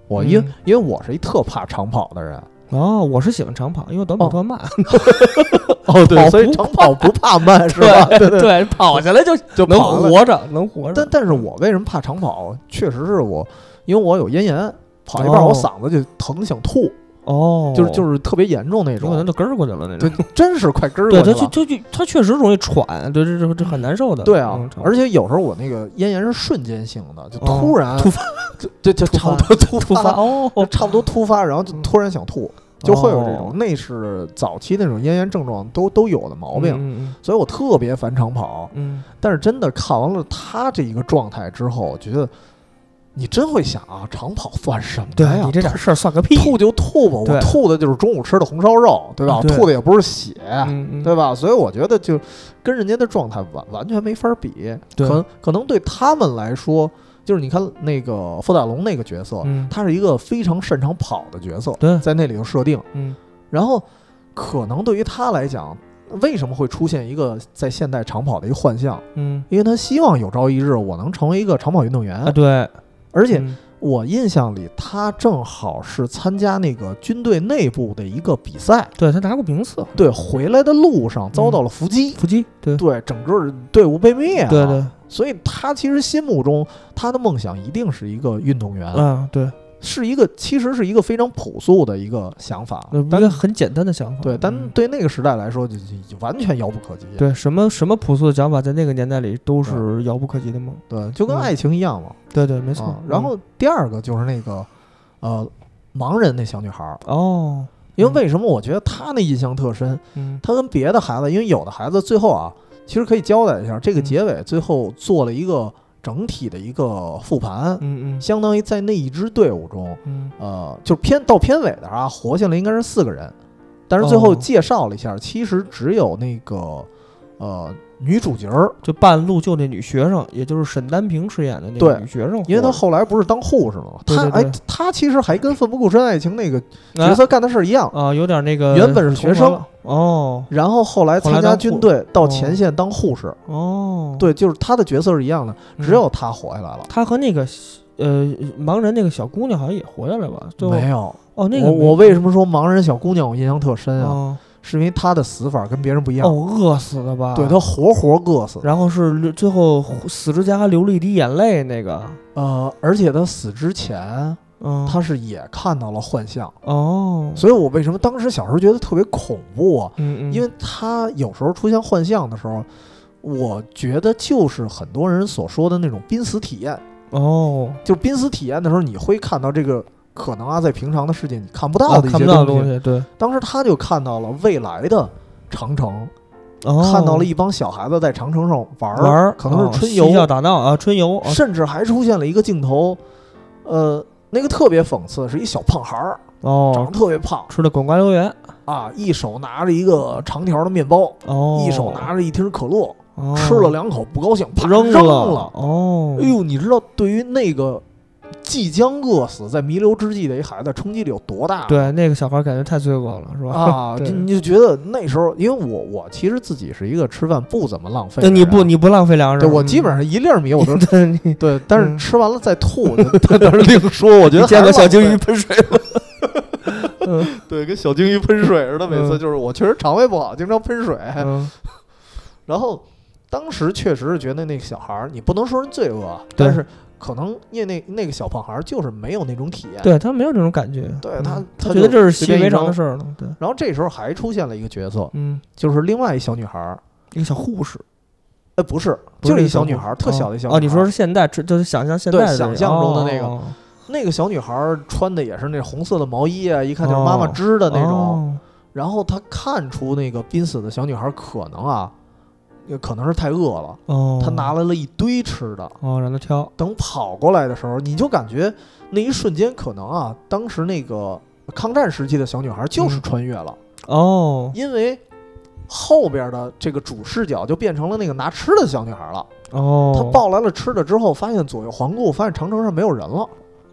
因为我是一特怕长跑的人。 哦，我是喜欢长跑，因为短跑特慢。 哦，对，所以长跑不怕慢是吧？ 对，跑下来就能活着，能活着。 但是我为什么怕长跑？确实是因为我有咽炎，跑一半我嗓子就疼，想吐。哦，就是特别严重那种， 可能就根儿过去了那种。 对，真是快根儿过去了。 对，它确实容易喘，对，这很难受的。 对啊，而且有时候我那个咽炎是瞬间性的，就突然突发， 就差不多突发哦， 差不多突发，然后就突然想吐。就会有这种，那是早期那种咽炎症状都有的毛病，所以我特别烦长跑。但是真的看完了他这一个状态之后，我觉得你真会想啊，长跑算什么呀？ 对，你这点事儿算个屁！ 吐就吐吧，我吐的就是中午吃的红烧肉，对吧？吐的也不是血，对吧？所以我觉得就跟人家的状态完全没法比。可能对他们来说。就是你看那个傅大龙那个角色，他是一个非常擅长跑的角色，在那里头设定，然后可能对于他来讲，为什么会出现一个在现代长跑的一个幻象？因为他希望有朝一日我能成为一个长跑运动员啊，对， 而且我印象里他正好是参加那个军队内部的一个比赛， 对他拿过名次， 对，回来的路上遭到了伏击，对，整个队伍被灭了， 对。 所以他其实心目中他的梦想一定是一个运动员对， 其实是一个非常朴素的一个想法， 一个很简单的想法。 对，但对那个时代来说就完全遥不可及。 对，什么朴素的想法，在那个年代里都是遥不可及的梦。 对，就跟爱情一样嘛。 对，没错。 然后第二个就是那个盲人那小女孩哦， 因为为什么我觉得她那印象特深？她跟别的孩子，因为有的孩子最后啊。其实可以交代一下，这个结尾最后做了一个整体的一个复盘，相当于在那一支队伍中，就是到片尾的啊，活下来应该是4个人，但是最后介绍了一下，其实只有那个女主角就半路就那女学生，也就是沈丹萍饰演的那个女学生， 因为她后来不是当护士了吗？她其实还跟《奋不顾身爱情》那个角色干的事一样啊，有点那个原本是学生哦， 然后后来参加军队到前线当护士哦， 对，就是她的角色是一样的，只有她活下来了。 她和那个盲人那个小姑娘好像也活下来吧？ 没有哦，那个我为什么说盲人小姑娘我印象特深啊？是因为他的死法跟别人不一样饿死的吧？ 对，他活饿死， 然后是最后死之前还流了一滴眼泪那个。 而且他死之前，他是也看到了幻象哦。 所以我为什么当时小时候觉得特别恐怖啊？因为他有时候出现幻象的时候，我觉得就是很多人所说的那种濒死体验哦。 就是濒死体验的时候，你会看到这个。可能啊，在平常的世界你看不到的一些东西，对。 当时他就看到了未来的长城，看到了一帮小孩子在长城上玩，可能是春游、 嬉笑打闹啊，春游， 甚至还出现了一个镜头，那个特别讽刺，是一小胖孩儿，长得特别胖， 吃的滚瓜流圆啊，一手拿着一个长条的面包，一手拿着一听可乐，吃了2口不高兴，啪扔了。哎呦，你知道对于那个。即将饿死在弥留之际的一孩子，冲击力有多大？ 对，那个小孩感觉太罪恶了，是吧？ 啊，你就觉得那时候，因为我其实自己是一个吃饭不怎么浪费的人， 你不浪费粮食， 对我基本上1粒米我都对，但是吃完了再吐，那是另说。我觉得见过小鲸鱼喷水了， 对，跟小鲸鱼喷水似的，每次就是我确实肠胃不好，经常喷水，然后当时确实是觉得那个小孩，你不能说人罪恶，但是。可能因为那个小胖孩就是没有那种体验， 对他没有这种感觉， 对他觉得这是习以为常的事儿了。对， 然后这时候还出现了一个角色，就是另外一小女孩， 一个小护士， 不是，就是一小女孩，特小的一小女孩。 你说是现代，就是想象现代的想象中的那个小女孩穿的也是那红色的毛衣啊，一看就是妈妈织的那种。然后她看出那个濒死的小女孩可能啊。可能是太饿了，他拿来了一堆吃的， 让他挑。 等跑过来的时候，你就感觉那一瞬间，可能啊，当时那个抗战时期的小女孩就是穿越了因为后边的这个主视角就变成了那个拿吃的小女孩了她抱来了吃的之后，发现左右环顾，发现长城上没有人了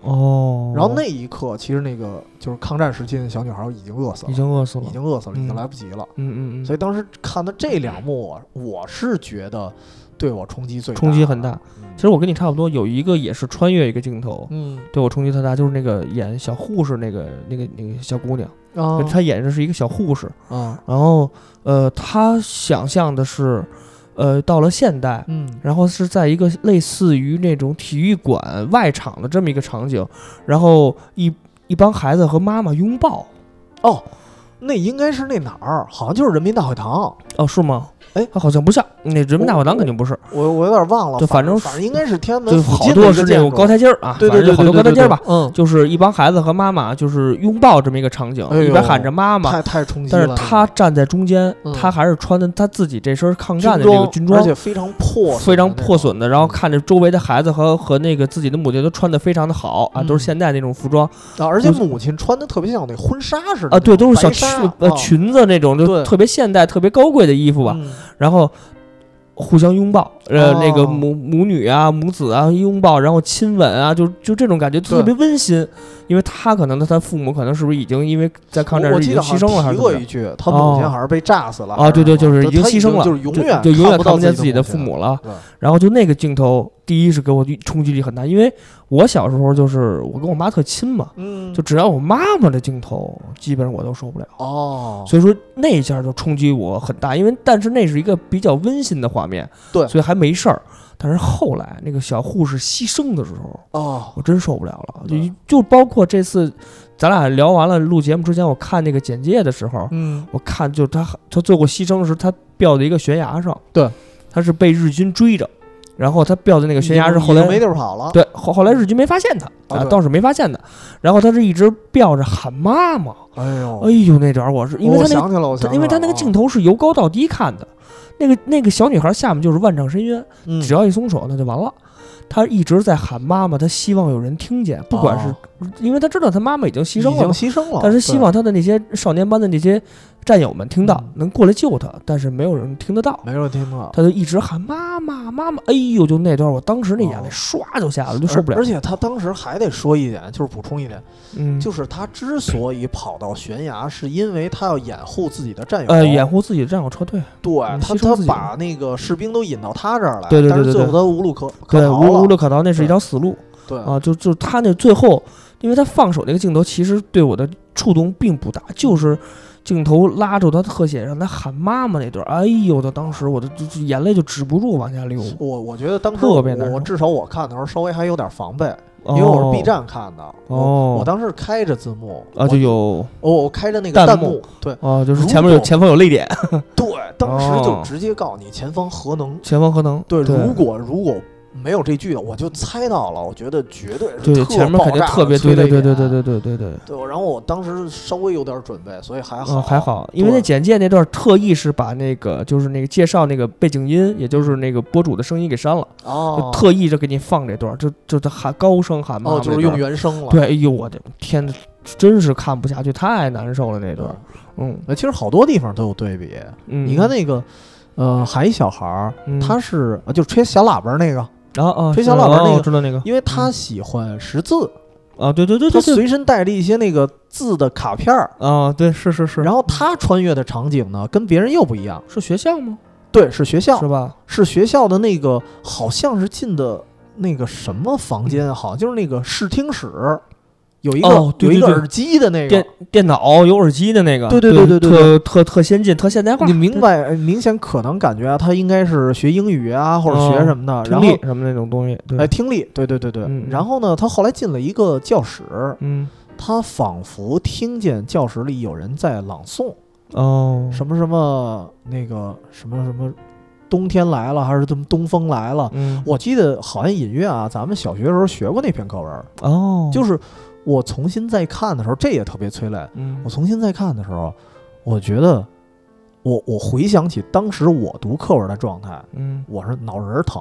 哦， 然后那一刻，其实那个就是抗战时期的小女孩已经饿死了，已经饿死了，已经来不及了。所以当时看到这两幕，我是觉得对我冲击很大。 其实我跟你差不多，有一个也是穿越一个镜头，对我冲击特大，就是那个演小护士那个小姑娘，她演的是一个小护士，然后她想象的是。到了现代，然后是在一个类似于那种体育馆外场的这么一个场景，然后一帮孩子和妈妈拥抱。 哦，那应该是那哪儿？好像就是人民大会堂。 哦，是吗？哎，好像不像，那人民大会堂肯定不是。 我有点忘了， 就反正应该是天安门就好多是那种高台阶儿啊， 对， 好多高台阶儿吧。就是一帮孩子和妈妈就是拥抱这么一个场景，一边喊着妈妈， 太冲击了。 但是他站在中间，他还是穿的他自己这身抗战的这个军装， 而且非常破损的，然后看着周围的孩子和那个自己的母亲都穿的非常的好啊，都是现代那种服装而且母亲穿的特别像那婚纱似的啊，对，都是小裙子那种，就特别现代、特别高贵的衣服吧，然后。互相拥抱，那个母女啊、母子啊拥抱，然后亲吻啊，就这种感觉特别温馨。因为他可能他父母可能是不是已经因为在抗战时已经牺牲了，还是提过一句，他母亲好像被炸死了啊，对，就是已经牺牲了， 就是永远看不见自己的父母了。然后就那个镜头，第一是给我冲击力很大，因为我小时候就是我跟我妈特亲嘛，就只要我妈妈的镜头，基本上我都受不了所以说那一下就冲击我很大，但是那是一个比较温馨的画面， 对， 所以还没事儿。但是后来那个小护士牺牲的时候，我真受不了了。就包括这次咱俩聊完了录节目之前，我看那个简介的时候，我看就他最后牺牲的时候，他掉在一个悬崖上， 对， 他是被日军追着，然后他掉在那个悬崖上，后来没地儿跑了， 对，后来日军没发现他倒是没发现他，然后他是一直吊着喊妈妈，哎呦那点我是因为他因为他那个镜头是由高到低看的。那个小女孩下面就是万丈深渊，只要一松手那就完了。她一直在喊妈妈，她希望有人听见，不管是因为她知道她妈妈已经牺牲了，但是希望她的那些少年班的那些战友们听到，能过来救她，但是没有人听得到，她就一直喊妈妈妈妈，哎呦，就那段我当时那眼泪唰就下来，就受不了。 而且她当时还得说一点，就是补充一点，就是她之所以跑到悬崖，是因为她要掩护自己的战友， 掩护自己的战友撤退。 对，她把那个士兵都引到她这儿来， 对， 但是最后她无路可逃， 无路可逃，那是一条死路。 对啊，就他那最后，因为他放手那个镜头，其实对我的触动并不大，就是镜头拉着他特写，让他喊妈妈那段，哎呦，他当时我的眼泪就止不住往下流。 我觉得当时我至少我看的时候稍微还有点防备，因为我是 B 站看的，我当时开着字幕啊，就有我开着那个弹幕，对， 就是前方有泪点， 对，当时就直接告诉你前方核能，对，如果没有这句的，我就猜到了，我觉得绝对是前面肯定特别对， 然后我当时稍微有点准备，所以还好， 因为那简介那段特意是把那个就是那个介绍那个背景音，也就是那个播主的声音给删了，就特意就给你放这段，就他喊高声喊妈妈， 就是用原声了。 对，哎呦我的天，真是看不下去，太难受了那段。 其实好多地方都有对比，你看那个还一小孩儿，他是就吹小喇叭那个。吹小喇叭那个， 知道那个， 因为他喜欢识字啊，对， 他随身带着一些那个字的卡片啊，对，是。 然后他穿越的场景呢，跟别人又不一样， 是学校吗？ 对，是学校， 是吧？ 是学校的那个，好像是进的那个什么房间，好像就是那个视听室。有一个耳机的那个电脑有耳机的那个， 对， 特先进，特现代化。 你明显可能感觉他应该是学英语啊，或者学什么的， 听力什么那种东西。 听力，对。然后呢，他后来进了一个教室，他仿佛听见教室里有人在朗诵，什么那个什么。冬天来了，还是东风来了？我记得好像隐约啊，咱们小学的时候学过那篇课文。就是我重新再看的时候，这也特别催泪。我重新再看的时候，我觉得我回想起当时我读课文的状态，我是脑仁疼，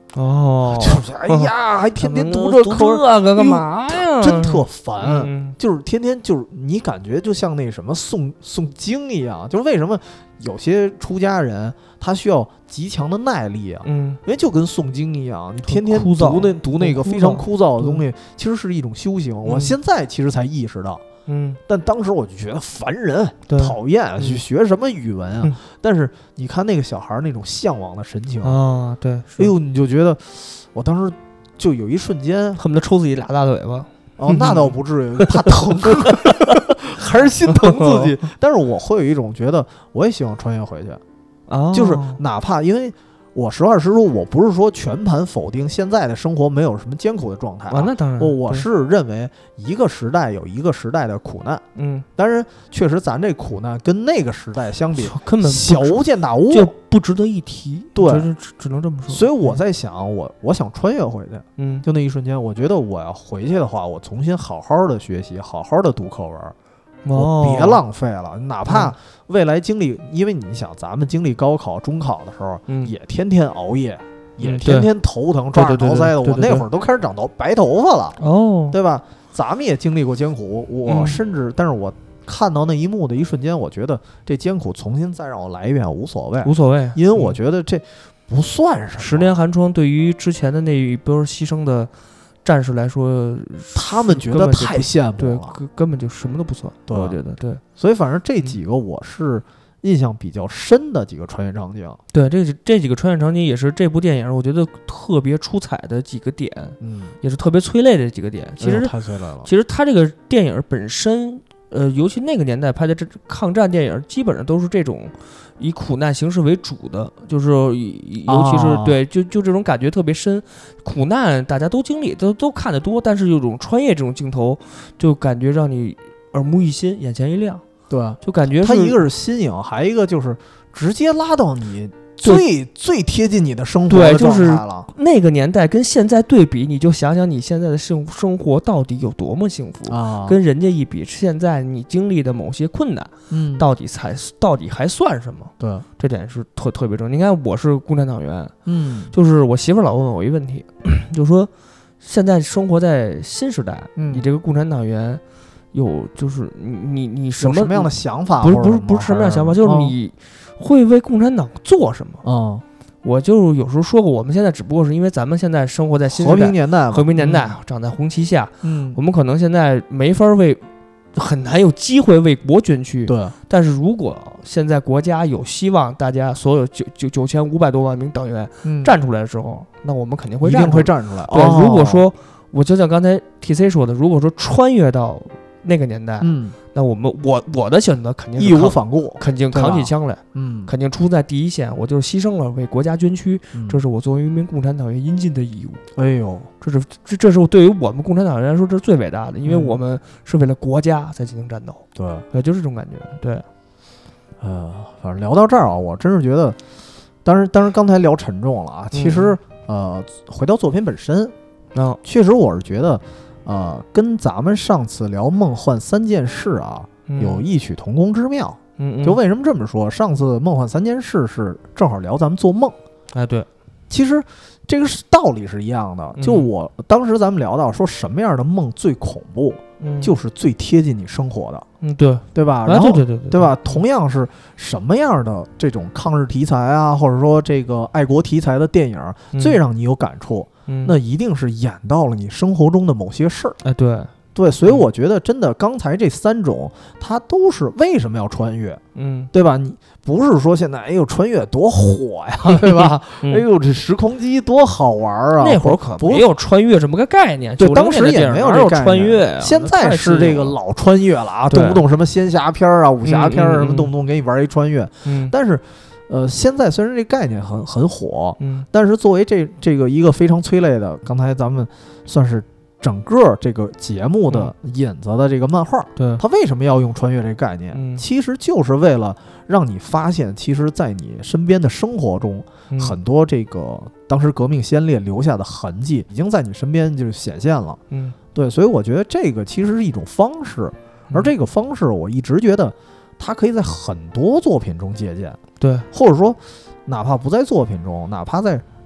哦， 就是哎呀，还天天读这口个干嘛呀？ 真特烦，就是天天就是你感觉就像那什么诵经一样，就是为什么有些出家人他需要极强的耐力啊？因为就跟诵经一样，你天天读那个非常枯燥的东西，其实是一种修行。我现在其实才意识到。但当时我就觉得烦人、讨厌，去学什么语文啊？但是你看那个小孩那种向往的神情啊，对， 哎呦，你就觉得，我当时就有一瞬间恨不得抽自己俩大嘴巴。 哦，那倒不至于，怕疼，还是心疼自己。但是我会有一种觉得，我也希望穿越回去啊，就是哪怕因为。我实话实说，我不是说全盘否定现在的生活没有什么艰苦的状态啊， 那当然， 我是认为一个时代有一个时代的苦难，当然确实咱这苦难跟那个时代相比， 根本小巫见大巫， 就不值得一提， 对， 只能这么说。 所以我在想，我想穿越回去，就那一瞬间，我觉得我要回去的话，我重新好好的学习，好好的读课文。我别浪费了，哪怕未来经历，因为你想，咱们经历高考、中考的时候，也天天熬夜，也天天头疼、抓耳挠腮的。我那会儿都开始长白头发了，对吧？咱们也经历过艰苦，我甚至，但是我看到那一幕的一瞬间，我觉得这艰苦重新再让我来一遍无所谓，因为我觉得这不算什么。 10年寒窗对于之前的那一波牺牲的战士来说， 他们觉得太羡慕了， 对，根本就什么都不算。对，我觉得对， 所以反正这几个我是印象比较深的几个穿越场景。 对，这几个穿越场景也是这部电影我觉得特别出彩的几个点，也是特别催泪的几个点。其实太催泪了。 其实它这个电影本身，尤其那个年代拍的这抗战电影，基本上都是这种以苦难形式为主的，就是尤其是对，就这种感觉特别深。苦难大家都经历，都看得多，但是有种穿越这种镜头，就感觉让你耳目一新，眼前一亮。 对， 就感觉它一个是新颖，还一个就是直接拉到你最贴近你的生活的状态了。 就是那个年代跟现在对比，你就想想你现在的生活到底有多么幸福啊！ 跟人家一比，现在你经历的某些困难，到底还算什么？ 对， 这点是特别重要。你看，我是共产党员，就是我媳妇老问我一问题，就说现在生活在新时代，你这个共产党员有就是你什么样的想法？ 不是什么样的想法，就是你会为共产党做什么？我就有时候说过，我们现在只不过是因为咱们现在生活在新时代和平年代，长在红旗下，我们可能现在没法很难有机会为国捐躯。 对， 但是如果现在国家有希望，大家所有9500多万名党员站出来的时候，那我们肯定会站出来。 对，如果说我就像刚才 TC 说的，如果说穿越到那个年代，那我的选择肯定是义无反顾， 肯定扛起枪来，肯定出在第一线，我就是牺牲了，为国家捐躯，这是我作为一名共产党员应尽的义务。 哎呦， 这是对于我们共产党人来说，这是最伟大的，因为我们是为了国家在进行战斗。对，就是这种感觉。对， 反正聊到这儿啊，我真是觉得，当然刚才聊沉重了啊，其实回到作品本身，确实我是觉得。跟咱们上次聊梦幻3件事啊，有异曲同工之妙。就为什么这么说？上次梦幻3件事是正好聊咱们做梦， 对， 其实这个道理是一样的。就我当时咱们聊到说什么样的梦最恐怖，就是最贴近你生活的，对吧？然后对吧？同样是什么样的这种抗日题材啊，或者说这个爱国题材的电影，最让你有感触。那一定是演到了你生活中的某些事儿，对，所以我觉得真的刚才这3种，它都是为什么要穿越，对吧？你不是说现在哎呦穿越多火呀，对吧？哎呦这时空机多好玩啊！ 那会儿可没有穿越这么个概念， 对，当时也没有这穿越， 现在是这个老穿越了啊，动不动什么仙侠片啊、武侠片什么，动不动给你玩一穿越，但是。现在虽然这概念很火，但是作为这个一个非常催泪的，刚才咱们算是整个这个节目的引子的这个漫画，它为什么要用穿越这个概念？其实就是为了让你发现，其实在你身边的生活中，很多这个当时革命先烈留下的痕迹，已经在你身边就显现了。对，所以我觉得这个其实是一种方式，而这个方式我一直觉得它可以在很多作品中借鉴。对，或者说哪怕不在作品中，哪怕在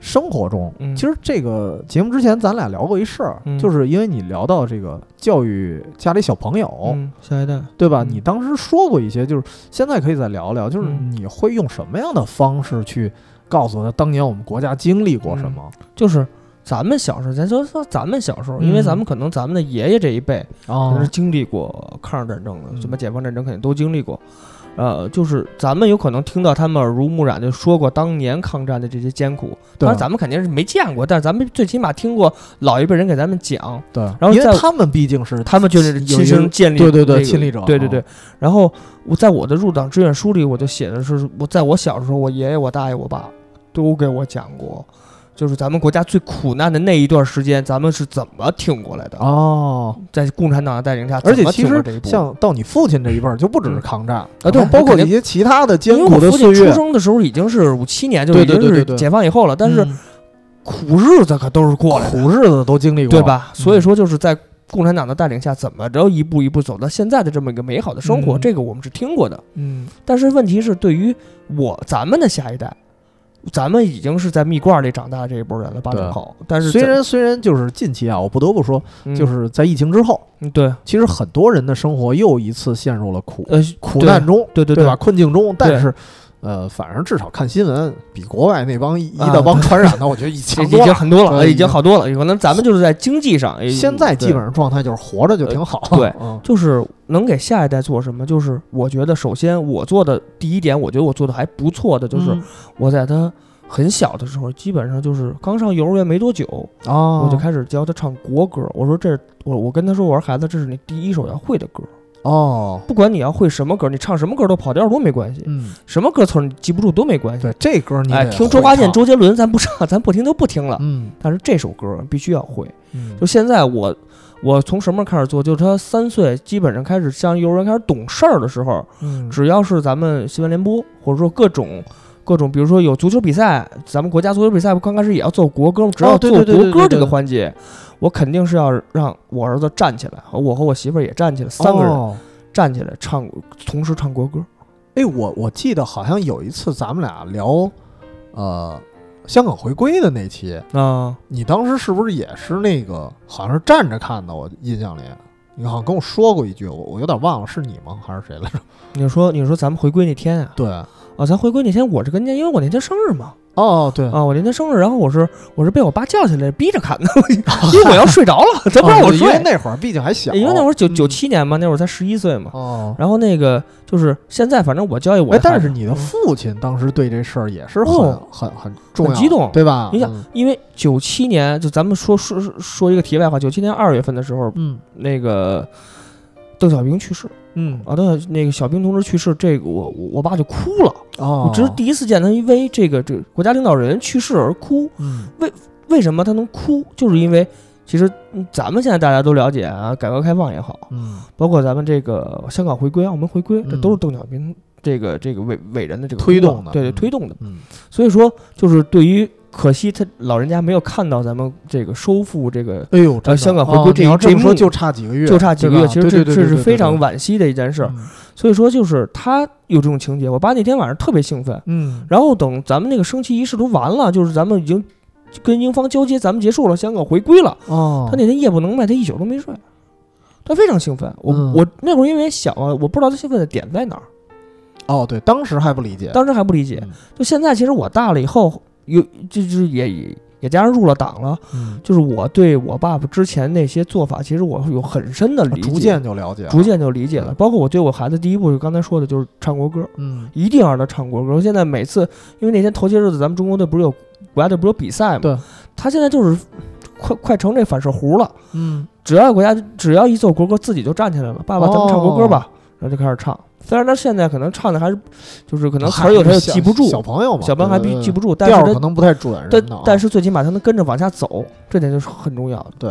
生活中，其实这个节目之前咱俩聊过一事儿，就是因为你聊到这个教育家里小朋友， 下一代， 对吧？你当时说过一些，就是现在可以再聊聊，就是你会用什么样的方式去告诉他，当年我们国家经历过什么？ 就是咱们小时候，咱说咱们小时候，因为咱们可能咱们的爷爷这一辈可能是经历过抗日战争的，什么解放战争肯定都经历过。就是咱们有可能听到他们耳濡目染的说过当年抗战的这些艰苦，当然咱们肯定是没见过，但是咱们最起码听过老一辈人给咱们讲。 对， 然后因为他们毕竟是他们就是亲身建立， 对，亲历者， 对。然后我在我的入党志愿书里，我就写的是我在我小时候，我爷爷、我大爷、我爸都给我讲过。就是咱们国家最苦难的那一段时间，咱们是怎么挺过来的在共产党的带领下， 而且其实像到你父亲这一辈儿，就不只是抗战对， 包括一些其他的艰苦的岁月。 因为我父亲出生的时候已经是57年，就已经是解放以后了，但是苦日子可都是过来的， 苦日子都经历过， 对吧？所以说就是在共产党的带领下，怎么着一步一步走到现在的这么一个美好的生活，这个我们是听过的。但是问题是，对于咱们的下一代。咱们已经是在蜜罐里长大的这一波人了，80后。但是虽然就是近期啊，我不得不说，就是在疫情之后， 对， 其实很多人的生活又一次陷入了苦难中， 对吧？困境中。但是，反正至少看新闻，比国外那帮一大帮传染的，我觉得已经很多了，已经好多了。可能咱们就是在经济上， 现在基本上状态就是活着就挺好。 对，就是能给下一代做什么？就是我觉得，首先我做的第一点，我觉得我做的还不错的，就是我在他很小的时候，基本上就是刚上幼儿园没多久，我就开始教他唱国歌。我说我跟他说，我说孩子，这是你第一首要会的歌。不管你要会什么歌，你唱什么歌都跑调都没关系，什么歌词你记不住都没关系。 对，这歌你听周华健、周杰伦咱不唱，咱不听都不听了。但是这首歌必须要会。就现在我从什么开始做？就是他3岁基本上开始上幼儿园开始懂事儿的时候，只要是咱们新闻联播或者说各种，比如说有足球比赛，咱们国家足球比赛刚开始也要奏国歌，只要做国歌这个环节，我肯定是要让我儿子站起来，我和我媳妇儿也站起来，3个人站起来唱，同时唱国歌。 我记得好像有一次咱们俩聊，香港回归的那期你当时是不是也是那个好像是站着看的？我印象里你好像跟我说过一句，我有点忘了是你吗还是谁来着？ 你说咱们回归那天啊？ 对咱回归那天我是跟因为我那天生日嘛。 对我那天生日，然后我是被我爸叫起来逼着看的，因为我要睡着了，他不让我睡。 因为那会儿毕竟还小， 因为那会儿97年嘛，那会儿才11岁嘛。然后那个就是现在，反正我教育我。 但是你的父亲当时对这事儿也是很重要， 很激动， 对吧？ 你想，因为97年就咱们说一个题外话97年2月份的时候，那个邓小平去世。那个小平同志去世，这个我爸就哭了。我这是第一次见他因为这个国家领导人去世而哭。为什么他能哭？就是因为其实咱们现在大家都了解啊，改革开放也好，包括咱们这个香港回归、澳门回归，这都是邓小平这个伟人的这个推动的， 对推动的。所以说，就是对于。可惜他老人家没有看到咱们这个收复这个香港回归这一幕， 就差几个月， 其实这是非常惋惜的一件事。所以说就是他有这种情节，我爸那天晚上特别兴奋，然后等咱们那个升旗仪式都完了，就是咱们已经跟英方交接，咱们结束了，香港回归了。他那天夜不能寐，他一宿都没睡，他非常兴奋。我那会儿因为小啊，我不知道他兴奋的点在哪儿。 对，当时还不理解， 就现在其实我大了以后。就是也加上入了党了，就是我对我爸爸之前那些做法，其实我有很深的理解， 逐渐就理解了。 包括我对我孩子第一步，就刚才说的，就是唱国歌，一定要让他唱国歌。现在每次，因为那天头些日子咱们中国队不是有国家队不是有比赛嘛， 对， 他现在就是快成这反射弧了，只要一奏国歌，自己就站起来了，爸爸咱们唱国歌吧，然后就开始唱。虽然他现在可能唱的还是，就是可能词儿有时候记不住， 小朋友还记不住，但是调可能不太准， 但是最起码他能跟着往下走，这点就是很重要的。 对，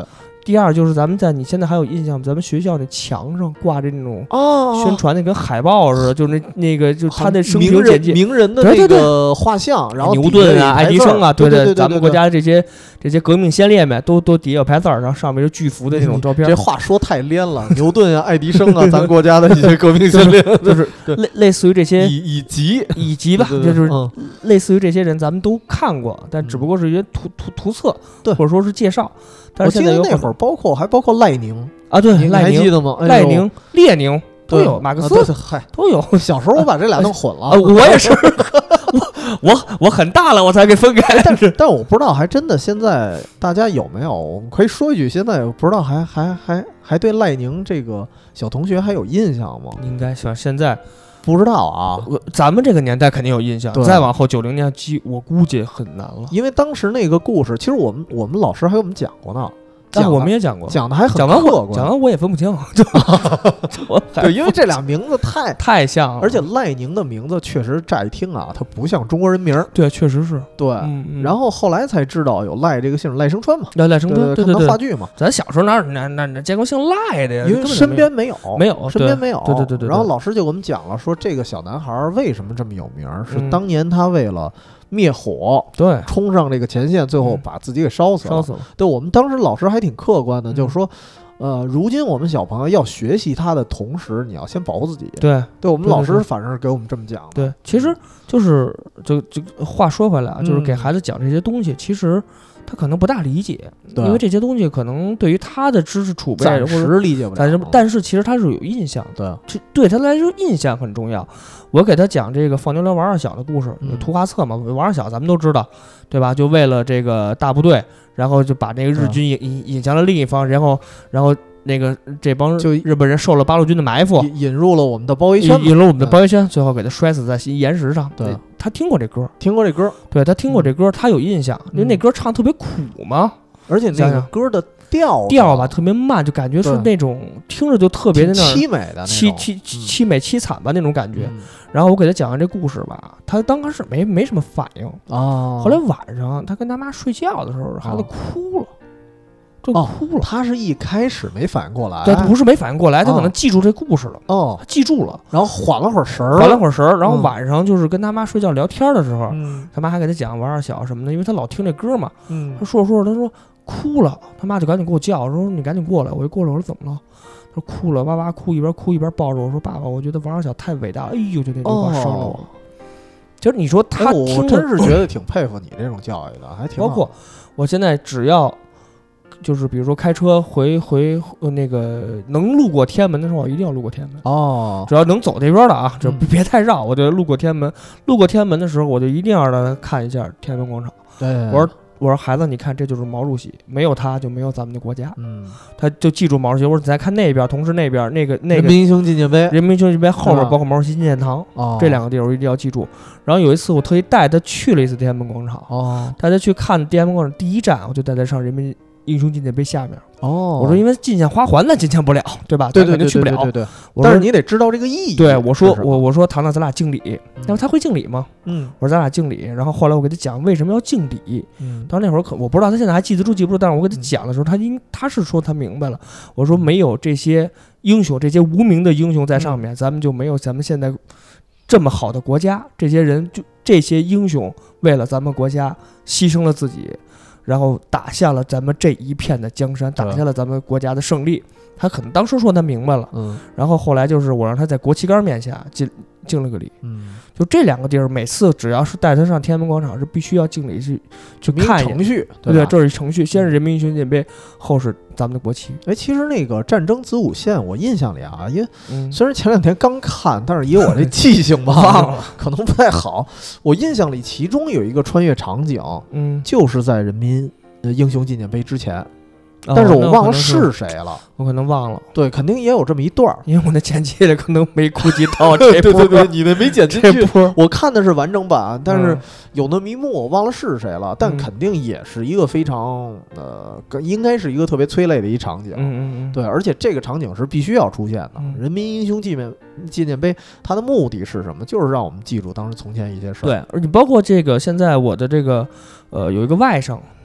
第二就是咱们在你现在还有印象吗？咱们学校那墙上挂着那种宣传的跟海报似的，就是那个就是他那生平简介名人的那个画像，然后牛顿啊、爱迪生啊， 对， 咱们国家这些革命先烈们都底下有牌字儿，然后上面是巨幅的那种照片。 这话说太连了，牛顿啊、爱迪生啊，咱国家的一些革命先烈， 就是类似于这些以及吧，就是类似于这些人，咱们都看过，但只不过是一些图册， 对， 或者说是介绍。但是现在有那会儿还包括赖宁啊，对， 你还记得吗？ 赖宁、列宁都有，马克思都有。 小时候我把这俩弄混了， 我也是，我很大了我才给分开。 但我不知道，还真的现在大家有没有？我们可以说一句，现在不知道还对赖宁这个小同学还有印象吗？ 应该现在。 不知道啊， 咱们这个年代肯定有印象，再往后90年我估计很难了， 因为当时那个故事，其实我们老师还给我们讲过呢， 我们也讲过， 讲的还很客观，讲完我也分不清， 对，因为这俩名字太像了， 而且赖宁的名字确实乍一听啊，它不像中国人名， 对，确实是， 对，然后后来才知道有赖这个姓，赖声川嘛， 赖声川，对， 话剧嘛， 咱小时候哪见过姓赖的呀？ 因为身边没有，身边没有， 对， 然后老师就给我们讲了，说这个小男孩为什么这么有名，是当年他为了灭火， 对， 冲上这个前线，最后把自己给烧死了。对，我们当时老师还挺客观的，就是说，如今我们小朋友要学习他的同时，你要先保护自己。 对， 我们老师反正是给我们这么讲的。 对，其实就话说回来啊，就是给孩子讲这些东西，其实他可能不大理解，因为这些东西可能对于他的知识储备暂时理解不了， 但是其实他是有印象的， 对他来说印象很重要。我给他讲这个放牛寮王二小的故事，有图画册嘛，王二小咱们都知道，对吧？就为了这个大部队，然后就把那个日军引向了另一方，然后那个这帮就日本人受了八路军的埋伏， 引入了我们的包围圈， 最后给他摔死在岩石上。 对， 他听过这歌，对他听过这歌，他有印象，因为那歌唱特别苦嘛， 而且那个歌的调吧特别慢，就感觉是那种听着就特别的凄美的凄美凄惨吧那种感觉。然后我给他讲完这故事吧，他刚开始没什么反应啊，后来晚上他跟他妈睡觉的时候，孩子哭了。就哭了， 他是一开始没反应过来， 对，不是没反应过来，他可能记住这故事了，他记住了， 然后缓了会儿神儿， 然后晚上就是跟他妈睡觉聊天的时候，他妈还给他讲王二小什么的，因为他老听这歌嘛，他说着他说哭了，他妈就赶紧给我叫，说你赶紧过来，我一过来我说怎么了？他说哭了，哇哇哭，一边哭一边抱着我说爸爸，我觉得王二小太伟大了，哎呦，就那句话伤了我。其实你说他听， 我真是觉得挺佩服你这种教育的，还挺好。 包括我现在只要。就是比如说开车回那个能路过天安门的时候，我一定要路过天安门哦。 只要能走那边的啊，就别太绕。我就路过天安门，路过天安门的时候，我就一定要让他看一下天安门广场。 对， 我说孩子，你看这就是毛主席，没有他就没有咱们的国家。他就记住毛主席。我说你再看那边，同时那边那个人民英雄纪念碑后面包括毛主席纪念堂，这两个地儿我一定要记住。然后有一次我特意带他去了一次天安门广场，带他去看天安门广场第一站，我就带他上人民英雄纪念碑下面我说因为进献花环咱进献不了，对吧？ 对， 肯定去不了。 对，但是你得知道这个意义。 对，我说糖糖咱俩敬礼，然后他会敬礼吗？我说咱俩敬礼。然后后来我给他讲为什么要敬礼。当时那会儿我不知道他现在还记得住记不住，但是我给他讲的时候，他是说他明白了。我说没有这些英雄，这些无名的英雄在上面，咱们就没有咱们现在这么好的国家。这些人就这些英雄为了咱们国家牺牲了自己。然后打下了咱们这一片的江山，打下了咱们国家的胜利。他可能当时说他明白了，然后后来就是我让他在国旗杆面下敬了个礼，就这两个地儿，每次只要是带他上天安门广场，是必须要敬礼去看一眼程序， 对，这是程序，先是人民英雄纪念碑，后是咱们的国旗。 其实那个战争子午线，我印象里啊，因为虽然前两天刚看，但是以我这记性吧，忘了，可能不太好。我印象里其中有一个穿越场景，就是在人民英雄纪念碑之前。但是我忘了是谁了， 我可能忘了。 对，肯定也有这么一段， 因为我那剪辑里可能没顾及到这波。 对，你那没剪进去。我看的是完整版，但是有那么一幕我忘了是谁了，但肯定也是一个非常应该是一个特别催泪的一场景。对，而且这个场景是必须要出现的。人民英雄纪念碑，它的目的是什么？就是让我们记住当时从前一些事儿。 对，而且包括这个现在我的这个有一个外甥。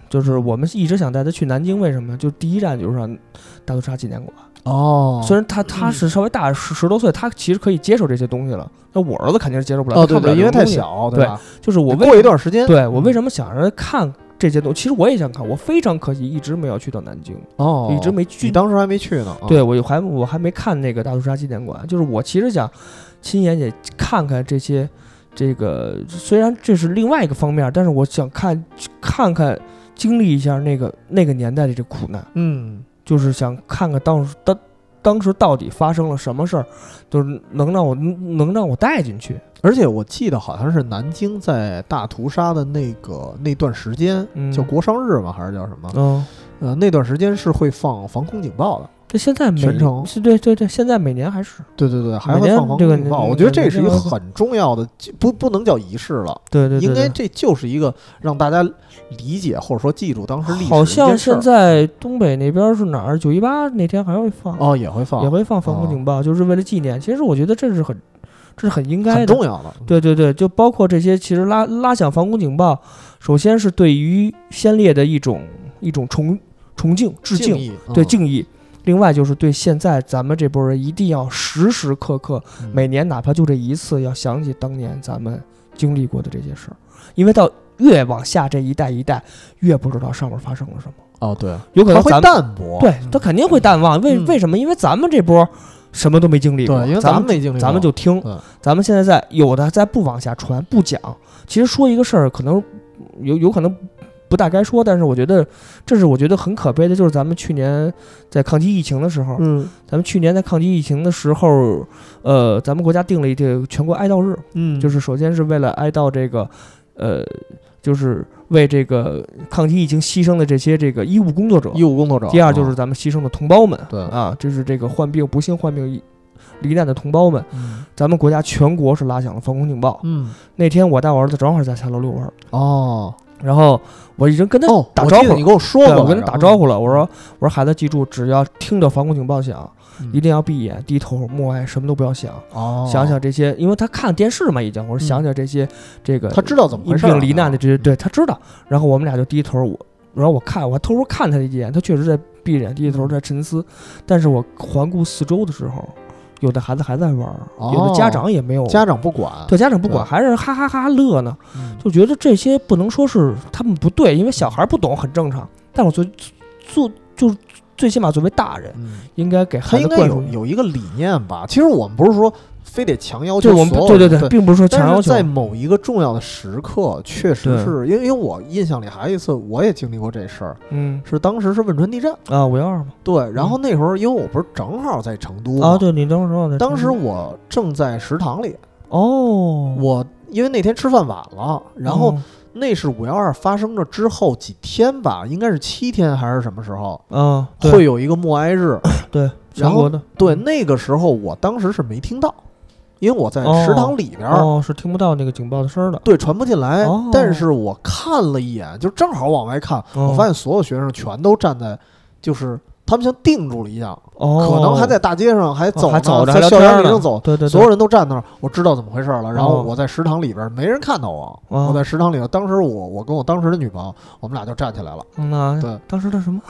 就是我们一直想带他去南京，为什么？就第一站就是上大屠杀纪念馆。 哦， 虽然他是稍微大十多岁，他其实可以接受这些东西了。那我儿子肯定是接受不了。 哦，对对，因为太小， 对吧？ 就是我过一段时间， 对我为什么想让他看这些东西？其实我也想看，我非常可惜一直没有去到南京。 哦， 一直没去。 你当时还没去呢？ 对，我还没看那个大屠杀纪念馆。就是我其实想亲眼也看看这些。这个虽然这是另外一个方面，但是我想看看经历一下那个年代的这苦难，就是想看看当时到底发生了什么事儿，就是能让我带进去。 而且我记得好像是南京在大屠杀的那段时间，叫国殇日吗？还是叫什么？那段时间是会放防空警报的。 这现在全程是对，现在每年还是对，还会放防空警报。我觉得这是一个很重要的，不能叫仪式了。 对， 应该这就是一个让大家理解或者说记住当时历史。 好像现在东北那边是哪儿？918那天还会放哦，也会放防空警报，就是为了纪念。其实我觉得这是很应该的， 很重要的。 对，就包括这些，其实拉响防空警报，首先是对于先烈的一种崇敬、致敬，对敬意。另外就是对现在咱们这波人一定要时时刻刻，每年哪怕就这一次，要想起当年咱们经历过的这些事儿，因为到越往下这一代越不知道上面发生了什么。 哦，对， 有可能他会淡薄， 对他肯定会淡忘。为什么？因为咱们这波什么都没经历过， 对，因为咱们没经历过， 咱们就听。咱们现在有的再不往下传，不讲。其实说一个事儿，可能有可能。不大该说，但是我觉得这是很可悲的，就是咱们去年在抗击疫情的时候，咱们去年在抗击疫情的时候，咱们国家定了一个全国哀悼日，就是首先是为了哀悼这个，就是为这个抗击疫情牺牲的这些这个医务工作者，第二就是咱们牺牲的同胞们， 对啊，这是这个不幸患病罹难的同胞们，咱们国家全国是拉响了防空警报，那天我带我儿子正好在下楼遛弯，然后我已经跟他打招呼， 你跟我说过， 我跟他打招呼了。我说孩子，记住，只要听着防空警报响，一定要闭眼低头默哀，什么都不要想。想想这些，因为他看电视嘛，已经。我说想想这些，这个他知道怎么回事， 因病罹难的这些，对他知道。然后我们俩就低头，然后我还偷偷看他一眼，他确实在闭眼低头在沉思。但是我环顾四周的时候。有的孩子还在玩，有的家长也没有， 家长不管， 对，家长不管，还是哈哈哈乐呢，就觉得这些不能说是他们不对，因为小孩不懂很正常。但我就是最起码作为大人，应该给孩子灌输有一个理念吧。其实我们不是说非得强要求， 我们对，并不是说强要求。 在某一个重要的时刻，确实是因为我印象里还有一次，我也经历过这事儿。是当时是汶川地震啊，512嘛。对， 然后那时候因为我不是正好在成都啊，对，你正好在。 当时我正在食堂里。 我因为那天吃饭晚了，然后那是512发生了之后几天吧，应该是7天还是什么时候？会有一个默哀日。 对， 然后对那个时候我当时是没听到。因为我在食堂里边是听不到那个警报的声的， 对，传不进来。但是我看了一眼，就正好往外看，我发现所有学生全都站在，就是他们像定住了一样，可能还在大街上还走着，在校园里上走， 对， 所有人都站那儿，我知道怎么回事了。然后我在食堂里边，没人看到我，我在食堂里，当时我跟我当时的女朋友，我们俩就站起来了。对， 当时的什么？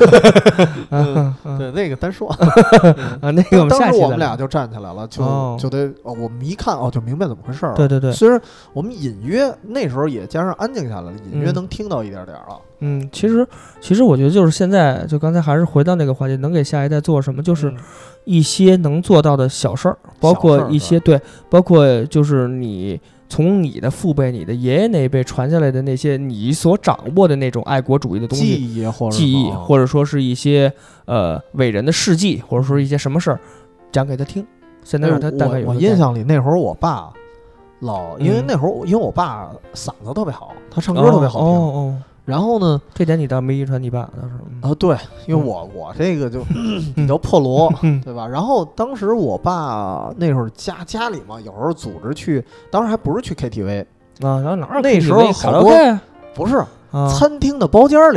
对，那个单说那个我们当时我们俩就站起来了，就得我们一看就明白怎么回事了。 对， 虽然我们隐约那时候也加上安静下来了，隐约能听到一点点了。 其实我觉得就是现在，就刚才还是回到那个话题，能给下一代做什么，就是一些能做到的小事儿，包括一些包括就是你从你的父辈、你的爷爷那一辈传下来的那些你所掌握的那种爱国主义的东西，记忆，或者说是一些伟人的事迹，或者说一些什么事儿，讲给他听。现在让他大概有我印象里那会儿我爸因为那会儿因为我爸嗓子特别好，他唱歌特别好听。然后呢， 这点你倒没遗传你爸倒是对，因为我这个就比较破锣，对吧？然后当时我爸那会儿家里嘛，有时候组织去，当时还不是去 KTV 啊，然后哪儿那时候好多不是餐厅的包间里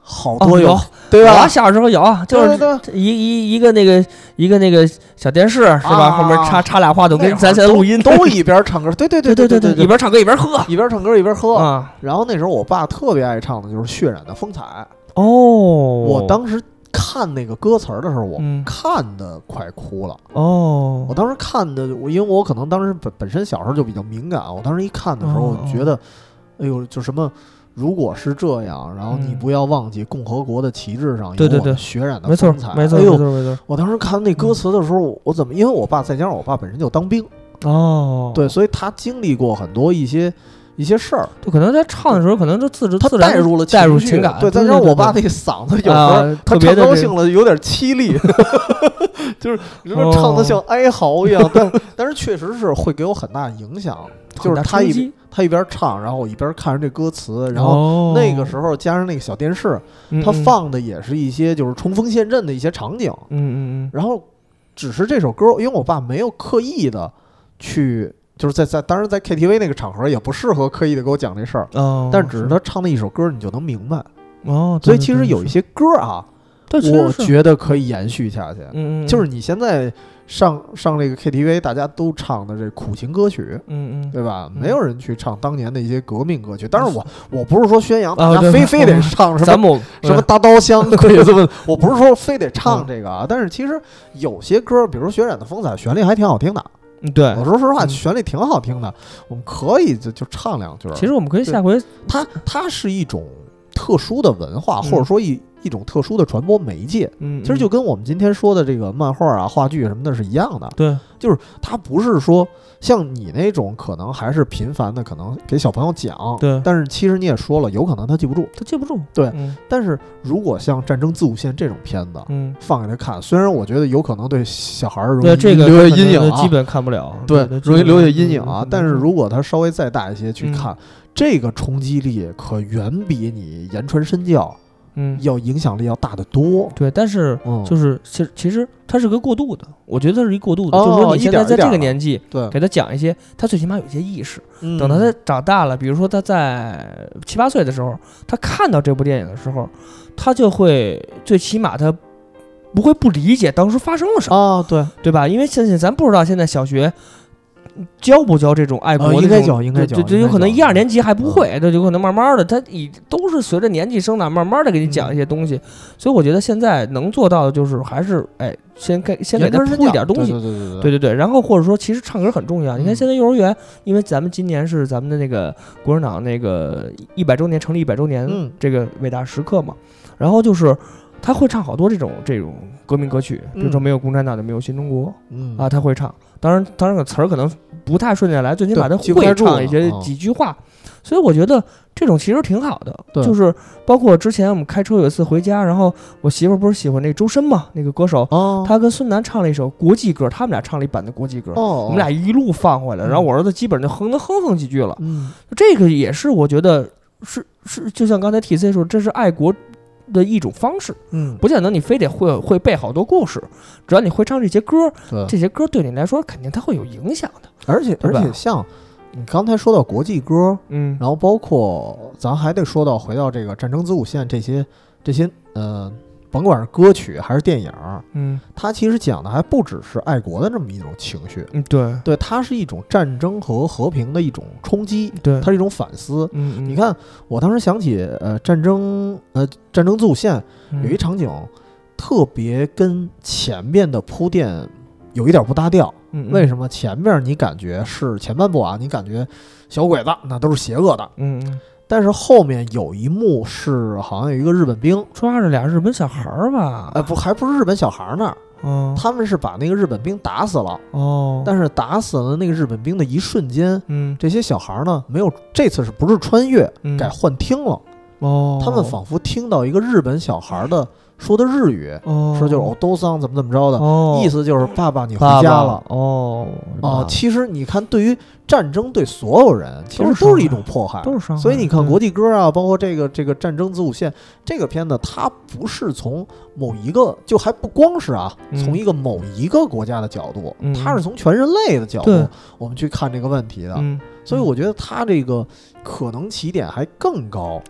好多有，对吧？ 吧？ 小时候有，就是一个那个小电视是吧？后面插俩话筒跟咱现在录音， 都一边唱歌，对， 一边唱歌一边喝， 一边唱歌一边喝啊。然后那时候我爸特别爱唱的就是《血染的风采》 哦， 我当时看那个歌词的时候，我看的快哭了哦。 我当时看的，因为我可能当时本身小时候就比较敏感，我当时一看的时候，我觉得，哎呦，就什么。如果是这样，然后你不要忘记共和国的旗帜上有我血染的风采。 没错。 我当时看那歌词的时候，我怎么？因为我爸再加上我爸本身就当兵哦， 对，所以他经历过很多一些事儿， 就可能在唱的时候，可能就他带入了情感。 对，再加上我爸那个嗓子有时候他唱高兴了有点凄厉，就是你说唱的像哀嚎一样，但是确实是会给我很大影响。就是他一边唱，然后我一边看着这歌词，然后那个时候加上那个小电视，他放的也是一些就是冲锋陷阵的一些场景，然后只是这首歌，因为我爸没有刻意的去，就是当然在 KTV 那个场合也不适合刻意的给我讲这事儿，但只是他唱的一首歌，你就能明白所以其实有一些歌啊，我觉得可以延续下去，就是你现在。上这个 KTV 大家都唱的这苦情歌曲，对吧？没有人去唱当年的一些革命歌曲。当然我不是说宣扬大家非得唱什么大刀乡鬼子们，我不是说非得唱这个啊。但是其实有些歌，比如《血染的风采》，旋律还挺好听的。 对， 我说实话，旋律挺好听的，我们可以就唱两句。 其实我们可以下回， 它是一种特殊的文化，或者说一种特殊的传播媒介，其实就跟我们今天说的这个漫画啊、话剧什么的是一样的。 对， 就是它不是说像你那种可能还是频繁的，可能给小朋友讲。 对， 但是其实你也说了，有可能他记不住。对，但是如果像《战争子午线》这种片子，放给他看，虽然我觉得有可能对小孩容易留下阴影， 基本看不了。 对，容易留下阴影啊。但是如果他稍微再大一些去看，这个冲击力可远比你言传身教。要影响力要大得多。 对，但是就是其实它是个过渡的，我觉得它是一过渡的，就是说你现在在这个年纪， 对， 给他讲一些，他最起码有一些意识。等他长大了，比如说他在7、8岁的时候，他看到这部电影的时候，他就会最起码他不会不理解当时发生了什么对吧？因为现在咱不知道现在小学。教不教这种爱国的？ 应该教， 就有可能1、2年级还不会，这就可能慢慢的，他都是随着年纪增长，慢慢的给你讲一些东西。所以我觉得现在能做到的就是还是先给他铺一点东西，对，然后或者说其实唱歌很重要。你看现在幼儿园，因为咱们今年是咱们的那个共产党那个100周年成立100周年这个伟大时刻嘛，然后就是他会唱好多这种革命歌曲，比如说没有共产党就没有新中国，他会唱。当然个词儿可能不太顺下来，最起码他会唱一些几句话，所以我觉得这种其实挺好的。就是包括之前我们开车有一次回家，然后我媳妇儿不是喜欢那周深嘛，那个歌手，他跟孙楠唱了一首国际歌，他们俩唱了一版的国际歌，我们俩一路放回来，然后我儿子基本就哼几句了。这个也是我觉得是就像刚才 TC 说，这是爱国的一种方式，不见得你非得会背好多故事，只要你会唱这些歌，这些歌对你来说肯定它会有影响的。 而且像你刚才说到国际歌，然后包括咱还得回到这个《战争子午线》这些甭管是歌曲还是电影，它其实讲的还不只是爱国的这么一种情绪，对，它是一种战争和和平的一种冲击， 对， 它是一种反思。你看，我当时想起战争子午线有一场景，特别跟前面的铺垫有一点不搭调。为什么？前面你感觉是前半部啊，你感觉小鬼子那都是邪恶的，但是后面有一幕是好像有一个日本兵抓着俩日本小孩吧？ 还不是日本小孩呢，他们是把那个日本兵打死了。但是打死了那个日本兵的一瞬间，这些小孩呢没有，这次不是穿越，改幻听了。他们仿佛听到一个日本小孩的说的日语，说就是都桑怎么着的，意思就是爸爸你回家了。其实你看，对于战争对所有人其实都是一种迫害， 都是伤害。 所以你看国际歌啊，包括这个战争子午线这个片子，它不是从某一个，就还不光是从一个某一个国家的角度，它是从全人类的角度我们去看这个问题的。所以我觉得它这个可能起点还更高。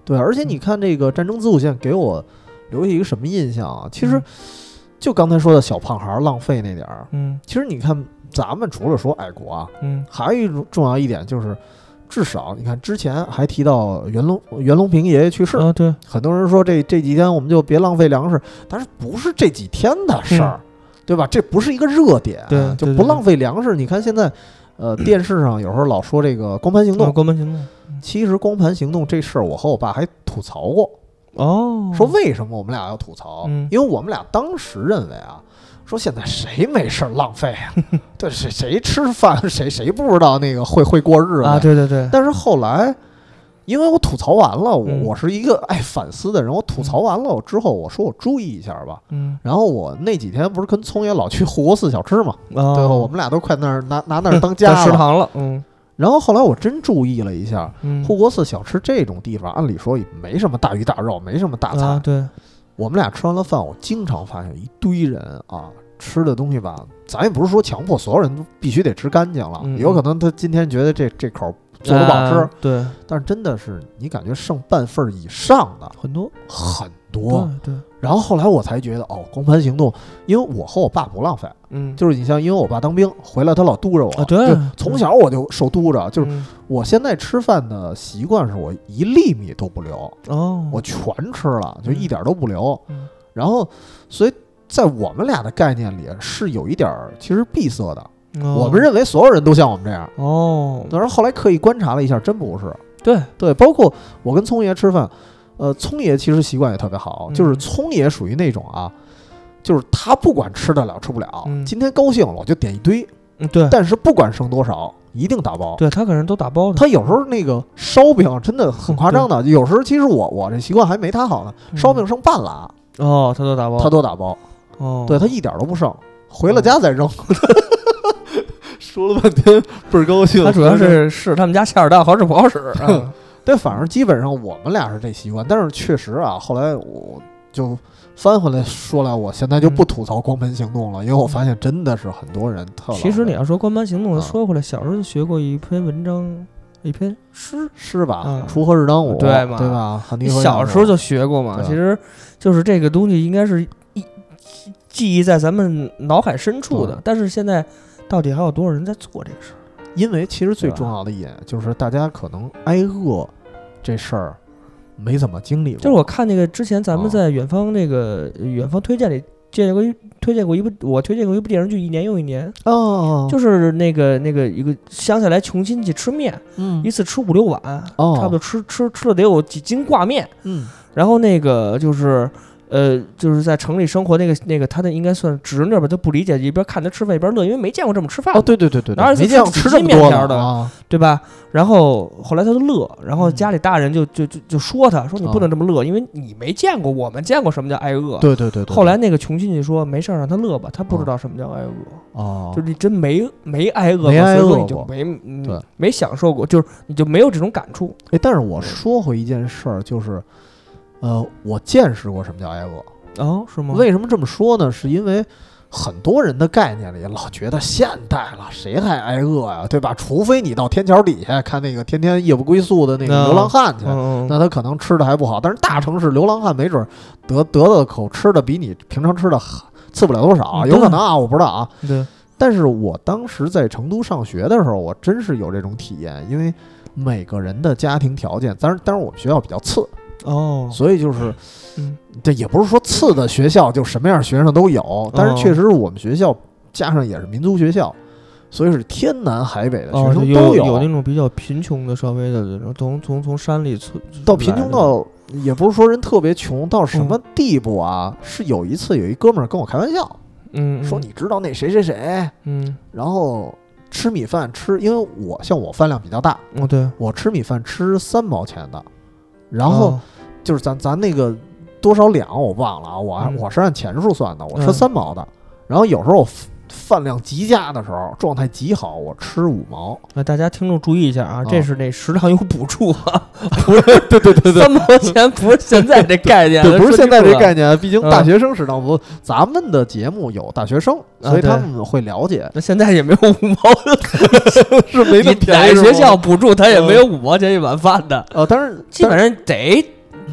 对，而且你看这个战争子午线给我留下一个什么印象啊？其实就刚才说的小胖孩浪费那点儿，其实你看咱们除了说爱国啊，还有一种重要一点就是。至少你看，之前还提到袁隆平爷爷去世对， 很多人说这几天我们就别浪费粮食，但是不是这几天的事儿，对吧？这不是一个热点， 对， 就不浪费粮食。你看现在，电视上有时候老说这个光盘行动，其实光盘行动这事儿，我和我爸还吐槽过说为什么我们俩要吐槽？因为我们俩当时认为啊。说现在谁没事浪费啊？对，谁吃饭谁不知道那个会过日子啊？对对对。 但是后来，因为我吐槽完了，我是一个爱反思的人，我吐槽完了之后，我说我注意一下吧。然后我那几天不是跟聪爷老去护国寺小吃嘛？对吧？我们俩都快拿那儿当家了， 食堂了。 然后后来我真注意了一下，护国寺小吃这种地方，按理说也没什么大鱼大肉，没什么大菜。 对。 我们俩吃完了饭，我经常发现一堆人啊，吃的东西吧，咱也不是说强迫所有人都必须得吃干净了，有可能他今天觉得这口做的不好吃， 对， 但是真的是你感觉剩半份以上的很多， 对。然后后来我才觉得光盘行动，因为我和我爸不浪费，就是你像因为我爸当兵回来，他老督着我， 对， 从小我就受督着，就是我现在吃饭的习惯是我1粒米都不留，我全吃了，就一点都不留，然后所以在我们俩的概念里是有一点其实闭塞的，我们认为所有人都像我们这样，但是后来刻意观察了一下，真不是，对，包括我跟聪爷吃饭。聪爷其实习惯也特别好，就是聪爷属于那种啊，就是他不管吃得了吃不了，今天高兴了我就点一堆， 对， 但是不管剩多少，一定打包。 对，他可能都打包的。 他有时候那个烧饼真的很夸张的，有时候其实我这习惯还没他好呢，烧饼剩半拉， 他都打包， 对，他一点都不剩，回了家再扔。说了半天倍儿高兴， 他主要是他们家馅儿大，好使不好使啊。 对，反正基本上我们俩是这习惯，但是确实啊，后来我就翻回来说来，我现在就不吐槽光盘行动了，因为我发现真的是很多人特。 其实你要说光盘行动，说回来，小时候就学过一篇文章，一篇诗吧，锄禾日当午，对吧？ 小时候就学过嘛，其实就是这个东西应该是记忆在咱们脑海深处的，但是现在到底还有多少人在做这个事儿？ 因为其实最重要的一点就是大家可能挨饿这事儿没怎么经历过。 就是我看那个之前咱们在远方那个远方推荐里推荐过一部电视剧《一年又一年》就是那个一个乡下来穷亲戚吃面，一次吃5-6碗，差不多吃了得有几斤挂面，然后那个就是在城里生活那个他的应该算侄女吧，就不理解，一边看他吃饭一边乐，因为没见过这么吃饭。 对， 哪有没见过吃这么面条的，对吧？然后后来他就乐，然后家里大人就说他说你不能这么乐，因为你没见过，我们见过什么叫挨饿。 对。 后来那个穷亲戚说没事让他乐吧，他不知道什么叫挨饿。就是你真没挨饿过，所以说你就没享受过，就是你就没有这种感触。 但是我说回一件事儿，就是。我见识过什么叫挨饿是吗？ 为什么这么说呢？是因为很多人的概念里老觉得现代了谁还挨饿呀，对吧？除非你到天桥底下看那个天天夜不归宿的那个流浪汉去，那他可能吃的还不好。但是大城市流浪汉没准得的口吃的比你平常吃的次不了多少，有可能啊，我不知道啊。 对。 但是我当时在成都上学的时候，我真是有这种体验，因为每个人的家庭条件，当然我们学校比较次。所以就是，这也不是说次的学校就什么样学生都有，但是确实是我们学校加上也是民族学校，所以是天南海北的学生都有那种比较贫穷的，稍微的那种从山里到贫穷到，也不是说人特别穷到什么地步啊。是有一次有一哥们儿跟我开玩笑，说你知道那谁，然后吃米饭因为我饭量比较大， 对， 我吃米饭吃3毛钱的。然后就是咱那个多少两我忘了啊，我是按钱数算的，我吃3毛的。然后有时候我饭量极佳的时候，状态极好，我吃5毛。 那大家听众注意一下啊，这是那食堂有补助啊， 不是对 3毛钱不是现在这概念， 不是现在这概念，毕竟大学生食堂不，咱们的节目有大学生，所以他们会了解。 那现在也没有5毛， 是没那么便宜。 学校补助他也没有5毛钱一碗饭的。 但是基本上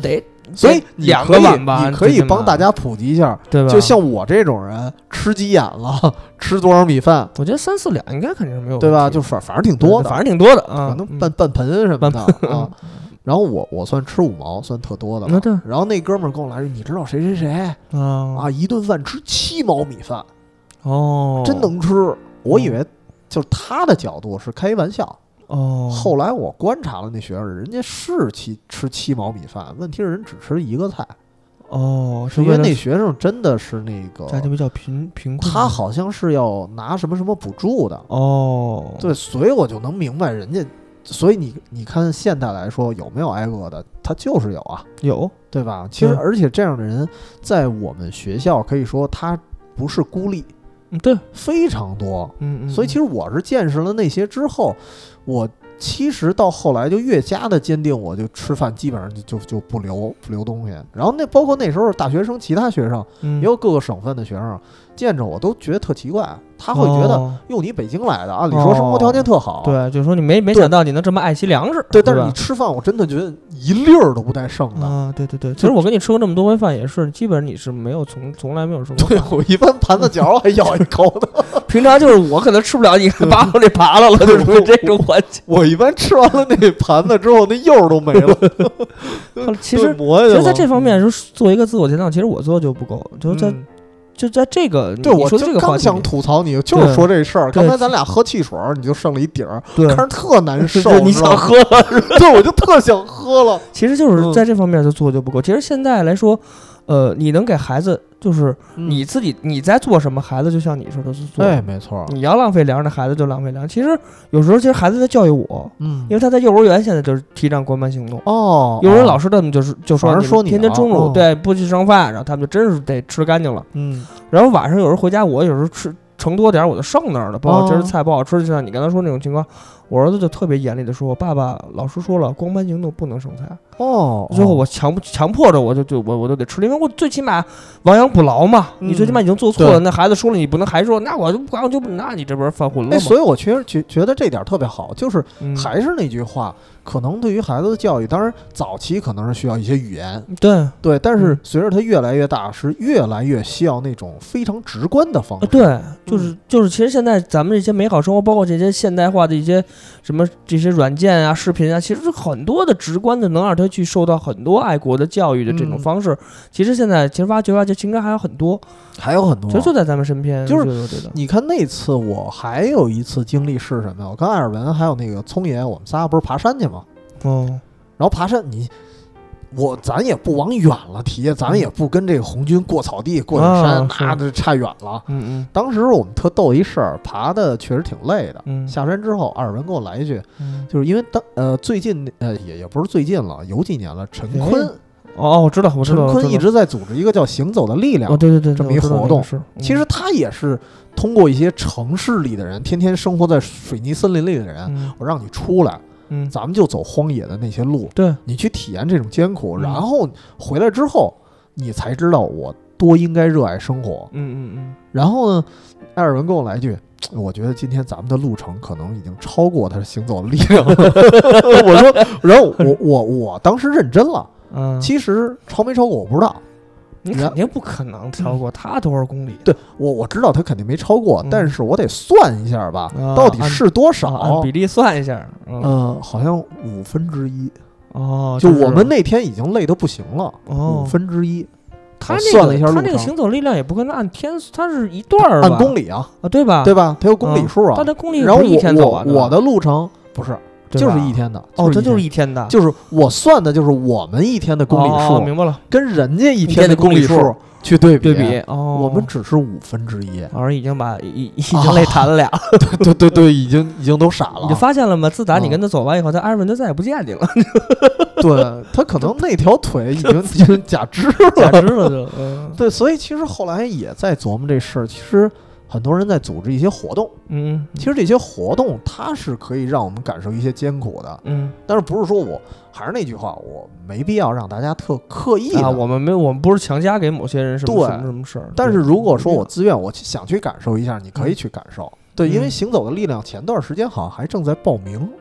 得， 所以 2个碗吧， 你可以帮大家普及一下， 对吧？ 就像我这种人，吃几眼了，吃多少米饭？ 我觉得3、4两应该肯定是没有， 对吧？就反正挺多的， 反正挺多的啊， 可能半盆什么的啊。然后我算吃5毛，算特多的了。 对。 然后那哥们儿跟我来说，你知道谁啊？一顿饭吃7毛米饭，真能吃。我以为就是他的角度是开玩笑。后来我观察了那学生，人家是吃7毛米饭，问题是人只吃1个菜。是因为那学生真的是那个家庭比较贫困， 他好像是要拿什么补助的。对，所以我就能明白人家。所以你看现代来说有没有挨饿的？他就是有啊， 有， 对吧？其实而且这样的人在我们学校可以说他不是孤立， 对， 非常多。所以其实我是见识了那些之后，我其实到后来就越加的坚定，我就吃饭基本上就不留东西。然后包括那时候大学生，其他学生也有各个省份的学生，见着我都觉得特奇怪，他会觉得哟，你北京来的，按理说生活条件特好， 对，就是说你没想到你能这么爱惜粮食， 对，但是你吃饭我真的觉得一粒儿都不带剩的。 对，其实我跟你吃过这么多回饭也是，基本上你是没有从来没有说过。 对，我一般盘子角还咬一口的， 平常就是我可能吃不了，你扒我这扒拉了，就是这种环境。 我一般吃完了那盘子之后，那釉都没了。 其实在这方面是做一个自我检讨，其实我做就不够，就在这个， 对，我就刚想吐槽你，就是说这事儿。刚才咱俩喝汽水，你就剩了一底儿，看着特难受。 你想喝了， 对，我就特想喝了。 其实就是在这方面就做就不够。其实现在来说，你能给孩子，就是你自己你在做什么，孩子就像你说的是做。 对，没错。 你要浪费粮食，孩子就浪费粮食。其实有时候，孩子在教育我，因为他在幼儿园现在就是提倡关班行动。幼儿园老师他们就说你天天中午对不去剩饭，然后他们就真是得吃干净了。然后晚上有时候回家，我有时候盛多点，我就剩那儿了。包括今儿菜不好吃，就像你刚才说那种情况，我儿子就特别严厉的说：“爸爸，老师说了，光班行动不能剩菜。”最后我强迫着我都得吃，因为我最起码亡羊补牢嘛。你最起码已经做错了，那孩子说了你不能还说，那我就不管，那你这不是犯混了吗？ 所以我觉得这点特别好，就是还是那句话，可能对于孩子的教育，当然早期可能是需要一些语言，对，但是随着他越来越大，是越来越需要那种非常直观的方式。 对，就是其实现在咱们这些美好生活，包括这些现代化的一些什么这些软件啊、视频啊，其实很多的直观的能让他去受到很多爱国的教育的这种方式。其实现在挖掘应该还有很多，其实就在咱们身边。 就是你看那次我还有一次经历是什么呀？我跟艾尔文还有那个聪爷，我们仨不是爬山去吗？然后爬山咱也不往远了提，咱也不跟这个红军过草地过雪山，那就差远了。当时我们特逗一事儿，爬的确实挺累的。下山之后，艾尔文跟我来一句，就是因为最近也不是最近了，有几年了，陈坤。 我知道， 陈坤一直在组织一个叫行走的力量， 对， 这么一活动。其实他也是通过一些城市里的人，天天生活在水泥森林里的人，我让你出来。咱们就走荒野的那些路， 对， 你去体验这种艰苦，然后回来之后，你才知道我多应该热爱生活。然后呢，艾尔文跟我来一句，我觉得今天咱们的路程可能已经超过他行走的力量了。我说，然后我当时认真了，其实超没超过我不知道。 你肯定不可能超过他多少公里？ 对，我知道他肯定没超过，但是我得算一下吧，到底是多少？ 按比例算一下。 好像1/5。就我们那天已经累得不行了，1/5。 他算了一下路程， 他那个行走力量也不可能按天，他是一段儿吧？ 按公里啊， 对吧？ 对吧？他有公里数啊。 他的公里然后一天走完的。 我的路程不是。就是一天的这就是一天的， 就是我算的就是我们一天的公里数， 明白了， 跟人家一天的公里数去对比， 我们只是1/5。 老师已经把已经累瘫了俩， 对，已经都傻了。 你就发现了吗？自打你跟他走完以后，他艾尔文就再也不见你了。 对，他可能那条腿已经假肢了， 就对，所以其实后来也在琢磨这事儿，其实。很多人在组织一些活动，其实这些活动它是可以让我们感受一些艰苦的，但是不是说我还是那句话，我没必要让大家特刻意的， 我们不是强加给某些人什么事儿。 但是如果说我自愿，我想去感受一下，你可以去感受，对，因为行走的力量前段时间好像还正在报名。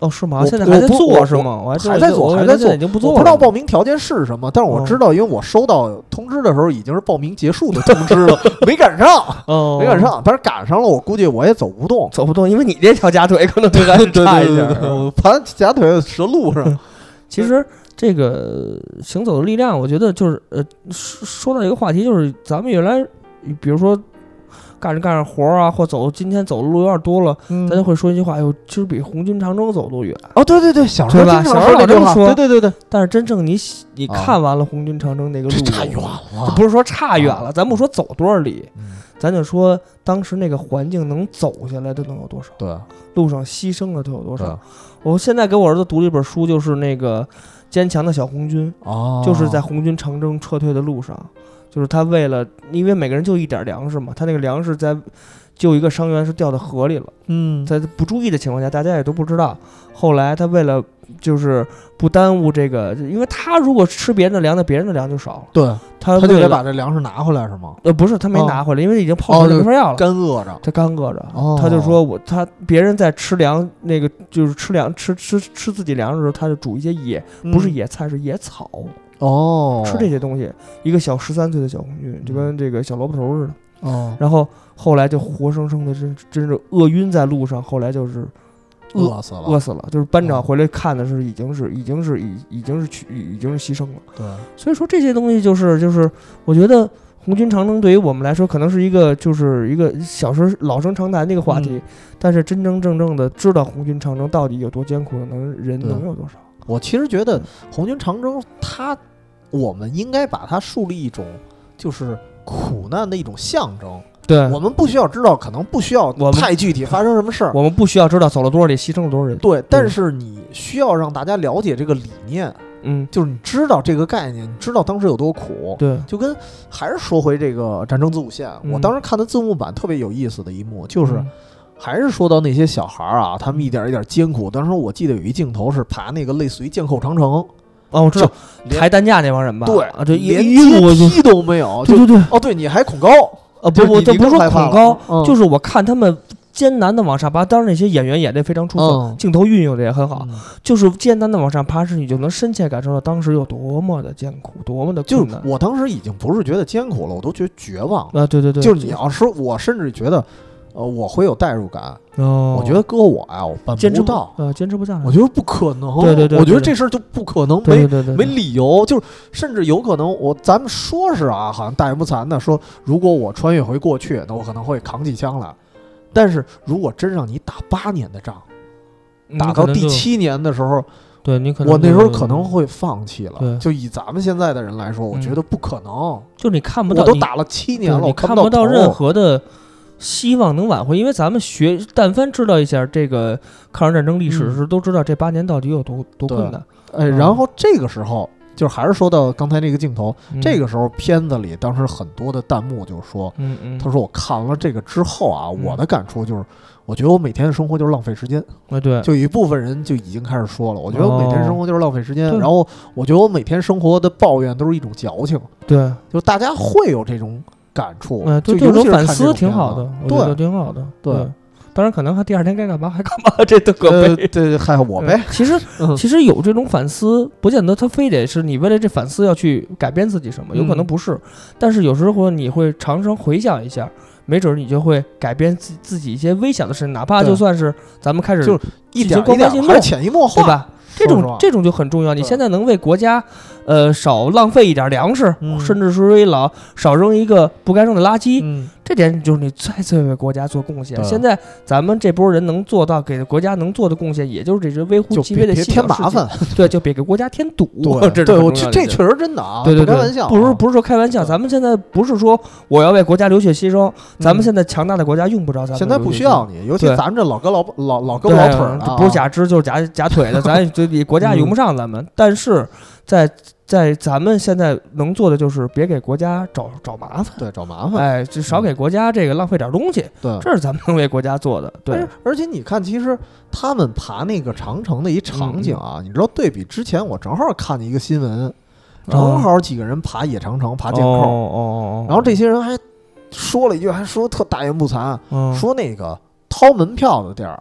哦，是吗？现在还在做是吗？我还在做，还在做， 已经不做了。 我不知道报名条件是什么，但是我知道，因为我收到通知的时候已经是报名结束的通知了，没赶上，没赶上。但是赶上了，我估计我也走不动， 因为你这条假腿可能会还差一点， 我盘假腿折路上。 其实这个行走的力量，我觉得就是说到一个话题，就是咱们原来比如说。干着活啊，或今天走的路有点多了，咱就会说一句话：“哎呦，其实比红军长征走路远。” 哦，对，小时候老这么说， 对。 但是真正你看完了红军长征那个路， 差远了， 不是说差远了，咱不说走多少里，咱就说当时那个环境能走下来的能有多少？ 对， 路上牺牲的都有多少？我现在给我儿子读了一本书，就是那个《坚强的小红军》，就是在红军长征撤退的路上。就是他为了，因为每个人就一点粮食嘛，他那个粮食在救一个伤员是掉到河里了，在不注意的情况下，大家也都不知道。后来他为了就是不耽误这个，因为他如果吃别人的粮，那别人的粮就少了。 对， 他就得把这粮食拿回来是吗？ 不是，他没拿回来，因为已经泡出没法要了， 干饿着。 他干饿着，他就说别人在吃粮，那个就是吃粮吃自己粮食的时候，他就煮一些不是野菜，是野草。吃这些东西，一个小13岁的小红军就跟这个小萝卜头似的。然后后来就活生生的真是饿晕在路上，后来就是饿死了。就是班长回来看的是已经是牺牲了。 对， 所以说这些东西就是我觉得红军长征对于我们来说可能是一个小时老生常谈的一个话题，但是真真正正的知道红军长征到底有多艰苦，人能有多少？ 我其实觉得红军长征我们应该把它树立一种就是苦难的一种象征。 对， 我们不需要知道，可能不需要太具体发生什么事儿， 我们不需要知道走了多少里牺牲了多少人。 对，但是你需要让大家了解这个理念，就是你知道这个概念，你知道当时有多苦。 对， 就跟还是说回这个战争子午线，我当时看的字幕版特别有意思的一幕，就是还是说到那些小孩啊，他们一点一点艰苦。当时我记得有一镜头是爬那个类似于剑扣长城。 我知道抬担架那帮人吧？ 对这连阶梯都没有。 对。 对，你还恐高？ 不，这不是说恐高，就是我看他们艰难的往上爬。当然那些演员演得非常出色，镜头运用的也很好。就是艰难的往上爬时，你就能深切感受到当时有多么的艰苦，多么的困难。 我当时已经不是觉得艰苦了，我都觉得绝望。 对。 就是你要说，我甚至觉得。我会有代入感。我觉得搁我呀，我办不到， 坚持不下来。 我觉得不可能。 对， 我觉得这事儿就不可能，没理由，就是甚至有可能，咱们说是啊，好像大言不惭的说，如果我穿越回过去，那我可能会扛起枪来。但是如果真让你打8年的仗，打到第7年的时候， 对你可能， 我那时候可能会放弃了。就以咱们现在的人来说，我觉得不可能。 就你看不到， 我都打了7年了， 我看不到任何的。希望能挽回，因为咱们但凡知道一下这个抗日战争历史时，都知道这8年到底有多困难。 然后这个时候，就是还是说到刚才那个镜头，这个时候片子里当时很多的弹幕就是说，他说我看了这个之后啊，我的感触就是，我觉得我每天的生活就是浪费时间。 对， 就有一部分人就已经开始说了，我觉得我每天生活就是浪费时间。然后我觉得我每天生活的抱怨都是一种矫情。 对， 就大家会有这种感触， 就这种反思挺好的，我觉得挺好的。对，当然可能他第2天该干嘛还干嘛，这都可悲。 对，害我呗。 其实有这种反思，不见得他非得是你为了这反思要去改变自己什么，有可能不是。但是有时候你会常常回想一下，没准你就会改变自己一些微小的事情，哪怕就算是咱们开始就一点一点还是潜移默化， 对吧？这种就很重要。你现在能为国家，少浪费一点粮食，甚至是少扔一个不该扔的垃圾，这点就是你再为国家做贡献。现在咱们这波人能做到给国家能做的贡献，也就是这些微乎其微的细小事情， 添麻烦。 对，就别给国家添堵。 对，这确实真的啊， 对， 不开玩笑， 不是说开玩笑。咱们现在不是说我要为国家流血牺牲，咱们现在强大的国家用不着咱们。现在不需要你，尤其咱们这老胳膊老腿的， 不是假肢就是假腿的，咱就国家用不上咱们。但是在咱们现在能做的就是别给国家找麻烦， 对，找麻烦， 就少给国家这个浪费点东西， 对， 这是咱们能为国家做的，对。 而且你看，其实他们爬那个长城的一场景啊，你知道，对比之前我正好看见一个新闻，正好几个人爬野长城，爬剑扣，然后这些人还说了一句，还说特大言不惭，说那个掏门票的地儿啊，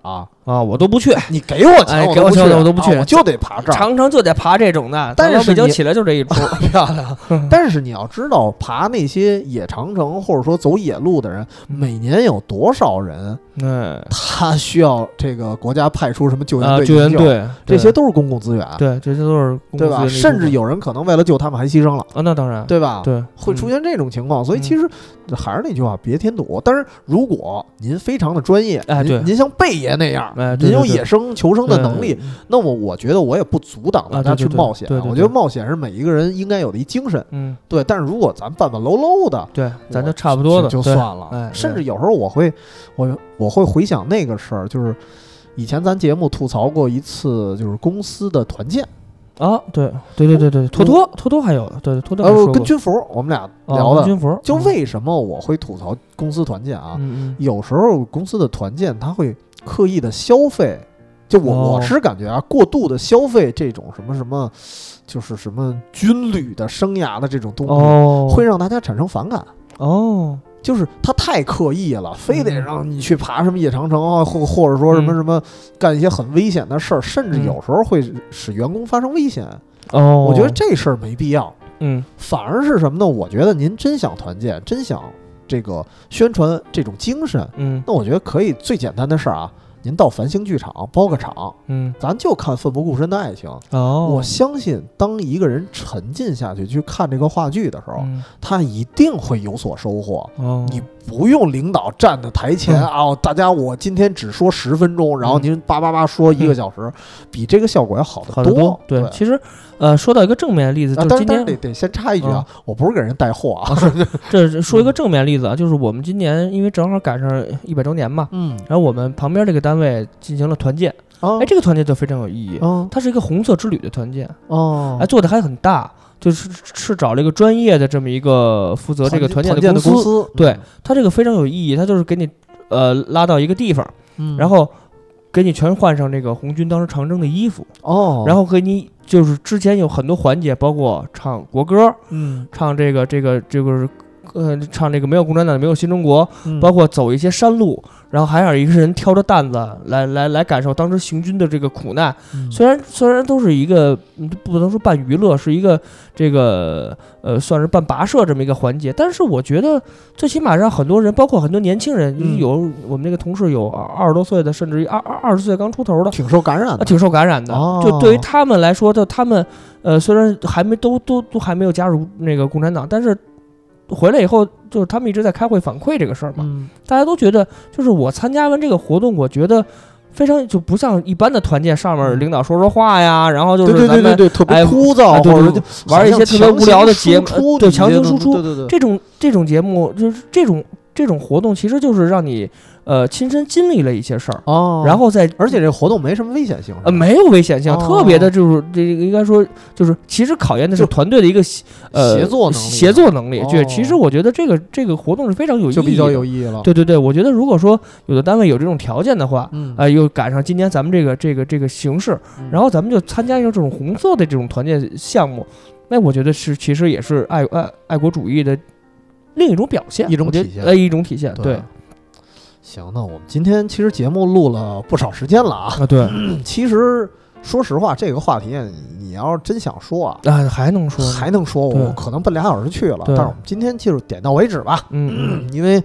啊，我都不去， 你给我钱， 给我钱我都不去， 我就得爬这儿， 常常就得爬这种的。 但是北京起来就这一出， 漂亮。但是你要知道，爬那些野长城或者说走野路的人，每年有多少人？他需要这个国家派出什么救援队、 救援队， 这些都是公共资源。 对，这些都是公共资源， 对吧？甚至有人可能为了救他们还牺牲了啊，那当然， 对吧？ 对， 会出现这种情况。所以其实还是那句话，别添堵。但是如果您非常的专业，您像贝爷那样，您有野生求生的能力，那么我觉得我也不阻挡大家去冒险。我觉得冒险是每一个人应该有的一精神。对。但是如果咱半半喽喽的， 对，咱就差不多的就算了。甚至有时候我会回想那个事儿，就是以前咱节目吐槽过一次，就是公司的团建啊，对，托托还有对托托跟军服我们俩聊的军服， 就为什么我会吐槽公司团建啊？有时候公司的团建他会刻意的消费，就我是感觉啊，过度的消费这种什么，就是什么军旅的生涯的这种东西，会让大家产生反感就是他太刻意了，非得让你去爬什么野长城啊，或者说什么干一些很危险的事儿，甚至有时候会使员工发生危险。我觉得这事儿没必要。反而是什么呢？我觉得您真想团建，真想这个宣传这种精神，那我觉得可以最简单的事儿啊。您到繁星剧场包个场，咱就看奋不顾身的爱情。我相信，当一个人沉浸下去看这个话剧的时候，他一定会有所收获。你不用领导站在台前大家我今天只说10分钟，然后您叭说1个小时，比这个效果要好得多。 对，其实说到一个正面的例子，就今天得先插一句啊，我不是给人带货啊， 这说一个正面例子啊，就是我们今年因为正好赶上100周年嘛，然后我们旁边这个单位进行了团建，这个团建就非常有意义，它是一个红色之旅的团建，做的还很大。就是找了一个专业的这么一个负责这个团建的公司，对，他这个非常有意义，他就是给你拉到一个地方，然后给你全换上这个红军当时长征的衣服，然后给你就是之前有很多环节，包括唱国歌，唱这个唱这个没有共产党没有新中国，包括走一些山路，然后还有一个人挑着担子来感受当时行军的这个苦难。虽然都是一个不能说办娱乐，是一个这个算是办跋涉这么一个环节，但是我觉得最起码让很多人，包括很多年轻人，有我们那个同事有20多岁的，甚至于20岁刚出头的， 挺受感染的， 就对于他们来说，他们虽然还没都还没有加入那个共产党，但是回来以后，就是他们一直在开会反馈这个事儿嘛，大家都觉得，就是我参加完这个活动，我觉得非常就不像一般的团建，上面领导说话呀，然后就是咱们特别枯燥，或者玩一些特别无聊的节目，对，强行输出， 对， 这种节目就是这种活动，其实就是让你亲身经历了一些事儿然后而且这活动没什么危险性， 没有危险性，特别的就是这个应该说就是其实考验的是团队的一个协作能力。对，其实我觉得这个活动是非常有意义的， 就比较有意义了。 对，我觉得如果说有的单位有这种条件的话，又赶上今年咱们这个形势，然后咱们就参加一个这种红色的这种团建项目，那我觉得其实也是爱国主义的另一种表现， 一种体现， 对。 行，那我们今天其实节目录了不少时间了啊。 对， 其实说实话，这个话题你要是真想说啊， 还能说， 我可能奔2小时去了。但是我们今天就是点到为止吧。因为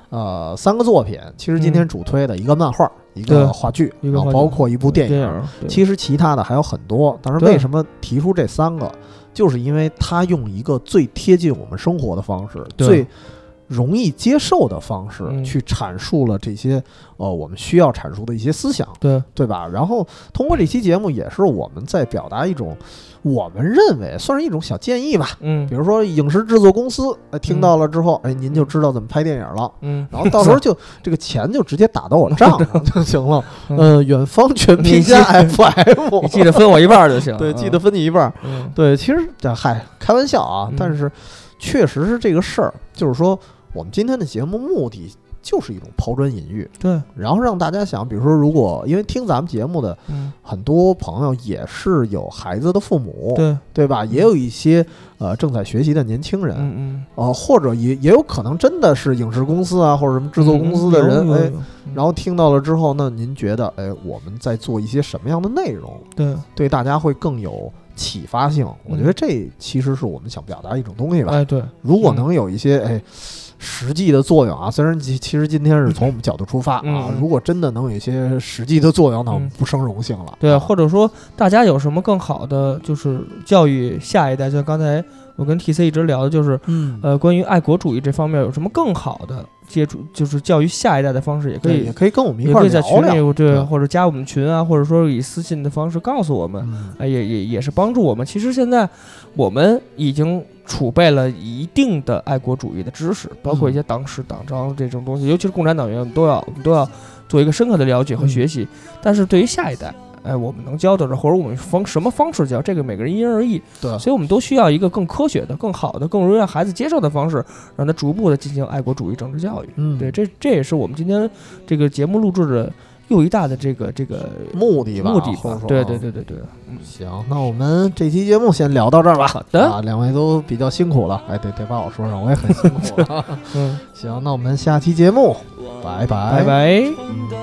3个作品，其实今天主推的一个漫画，一个话剧，然后包括一部电影。其实其他的还有很多，但是为什么提出这3个，就是因为它用一个最贴近我们生活的方式，最容易接受的方式去阐述了这些我们需要阐述的一些思想，对吧？然后通过这期节目，也是我们在表达一种我们认为算是一种小建议吧。比如说影视制作公司听到了之后，您就知道怎么拍电影了。然后到时候就这个钱就直接打到我账上就行了。远方全拼加 FM， 你记得分我一半就行。 对，记得分你一半。对，其实开玩笑啊，但是确实是这个事儿，就是说。我们今天的节目目的就是一种抛砖引玉， 对， 然后让大家想，比如说，如果因为听咱们节目的很多朋友也是有孩子的父母，对吧？也有一些正在学习的年轻人，或者也有可能真的是影视公司啊或者什么制作公司的人，然后听到了之后，那您觉得，我们在做一些什么样的内容，对大家会更有启发性？我觉得这其实是我们想表达一种东西吧。 对， 如果能有一些实际的作用啊，虽然其实今天是从我们角度出发啊，如果真的能有一些实际的作用，那我们不胜荣幸了。 对，或者说大家有什么更好的就是教育下一代，就像刚才我跟 TC 一直聊的就是，关于爱国主义这方面有什么更好的接触，就是教育下一代的方式，也可以跟我们一块聊聊，对，或者加我们群啊，或者说以私信的方式告诉我们，也是帮助我们。其实现在我们已经储备了一定的爱国主义的知识，包括一些党史、党章这种东西，尤其是共产党员，我们都要做一个深刻的了解和学习。但是对于下一代，我们能教的，或者我们什么方式教，这个每个人因人而异。 对， 所以我们都需要一个更科学的、更好的、更容易让孩子接受的方式，让他逐步的进行爱国主义政治教育。对，这也是我们今天这个节目录制的又一大的这个目的吧。 对。 行，那我们这期节目先聊到这儿吧。 好的， 两位都比较辛苦了，得把我说上，我也很辛苦了。行，那我们下期节目，拜拜。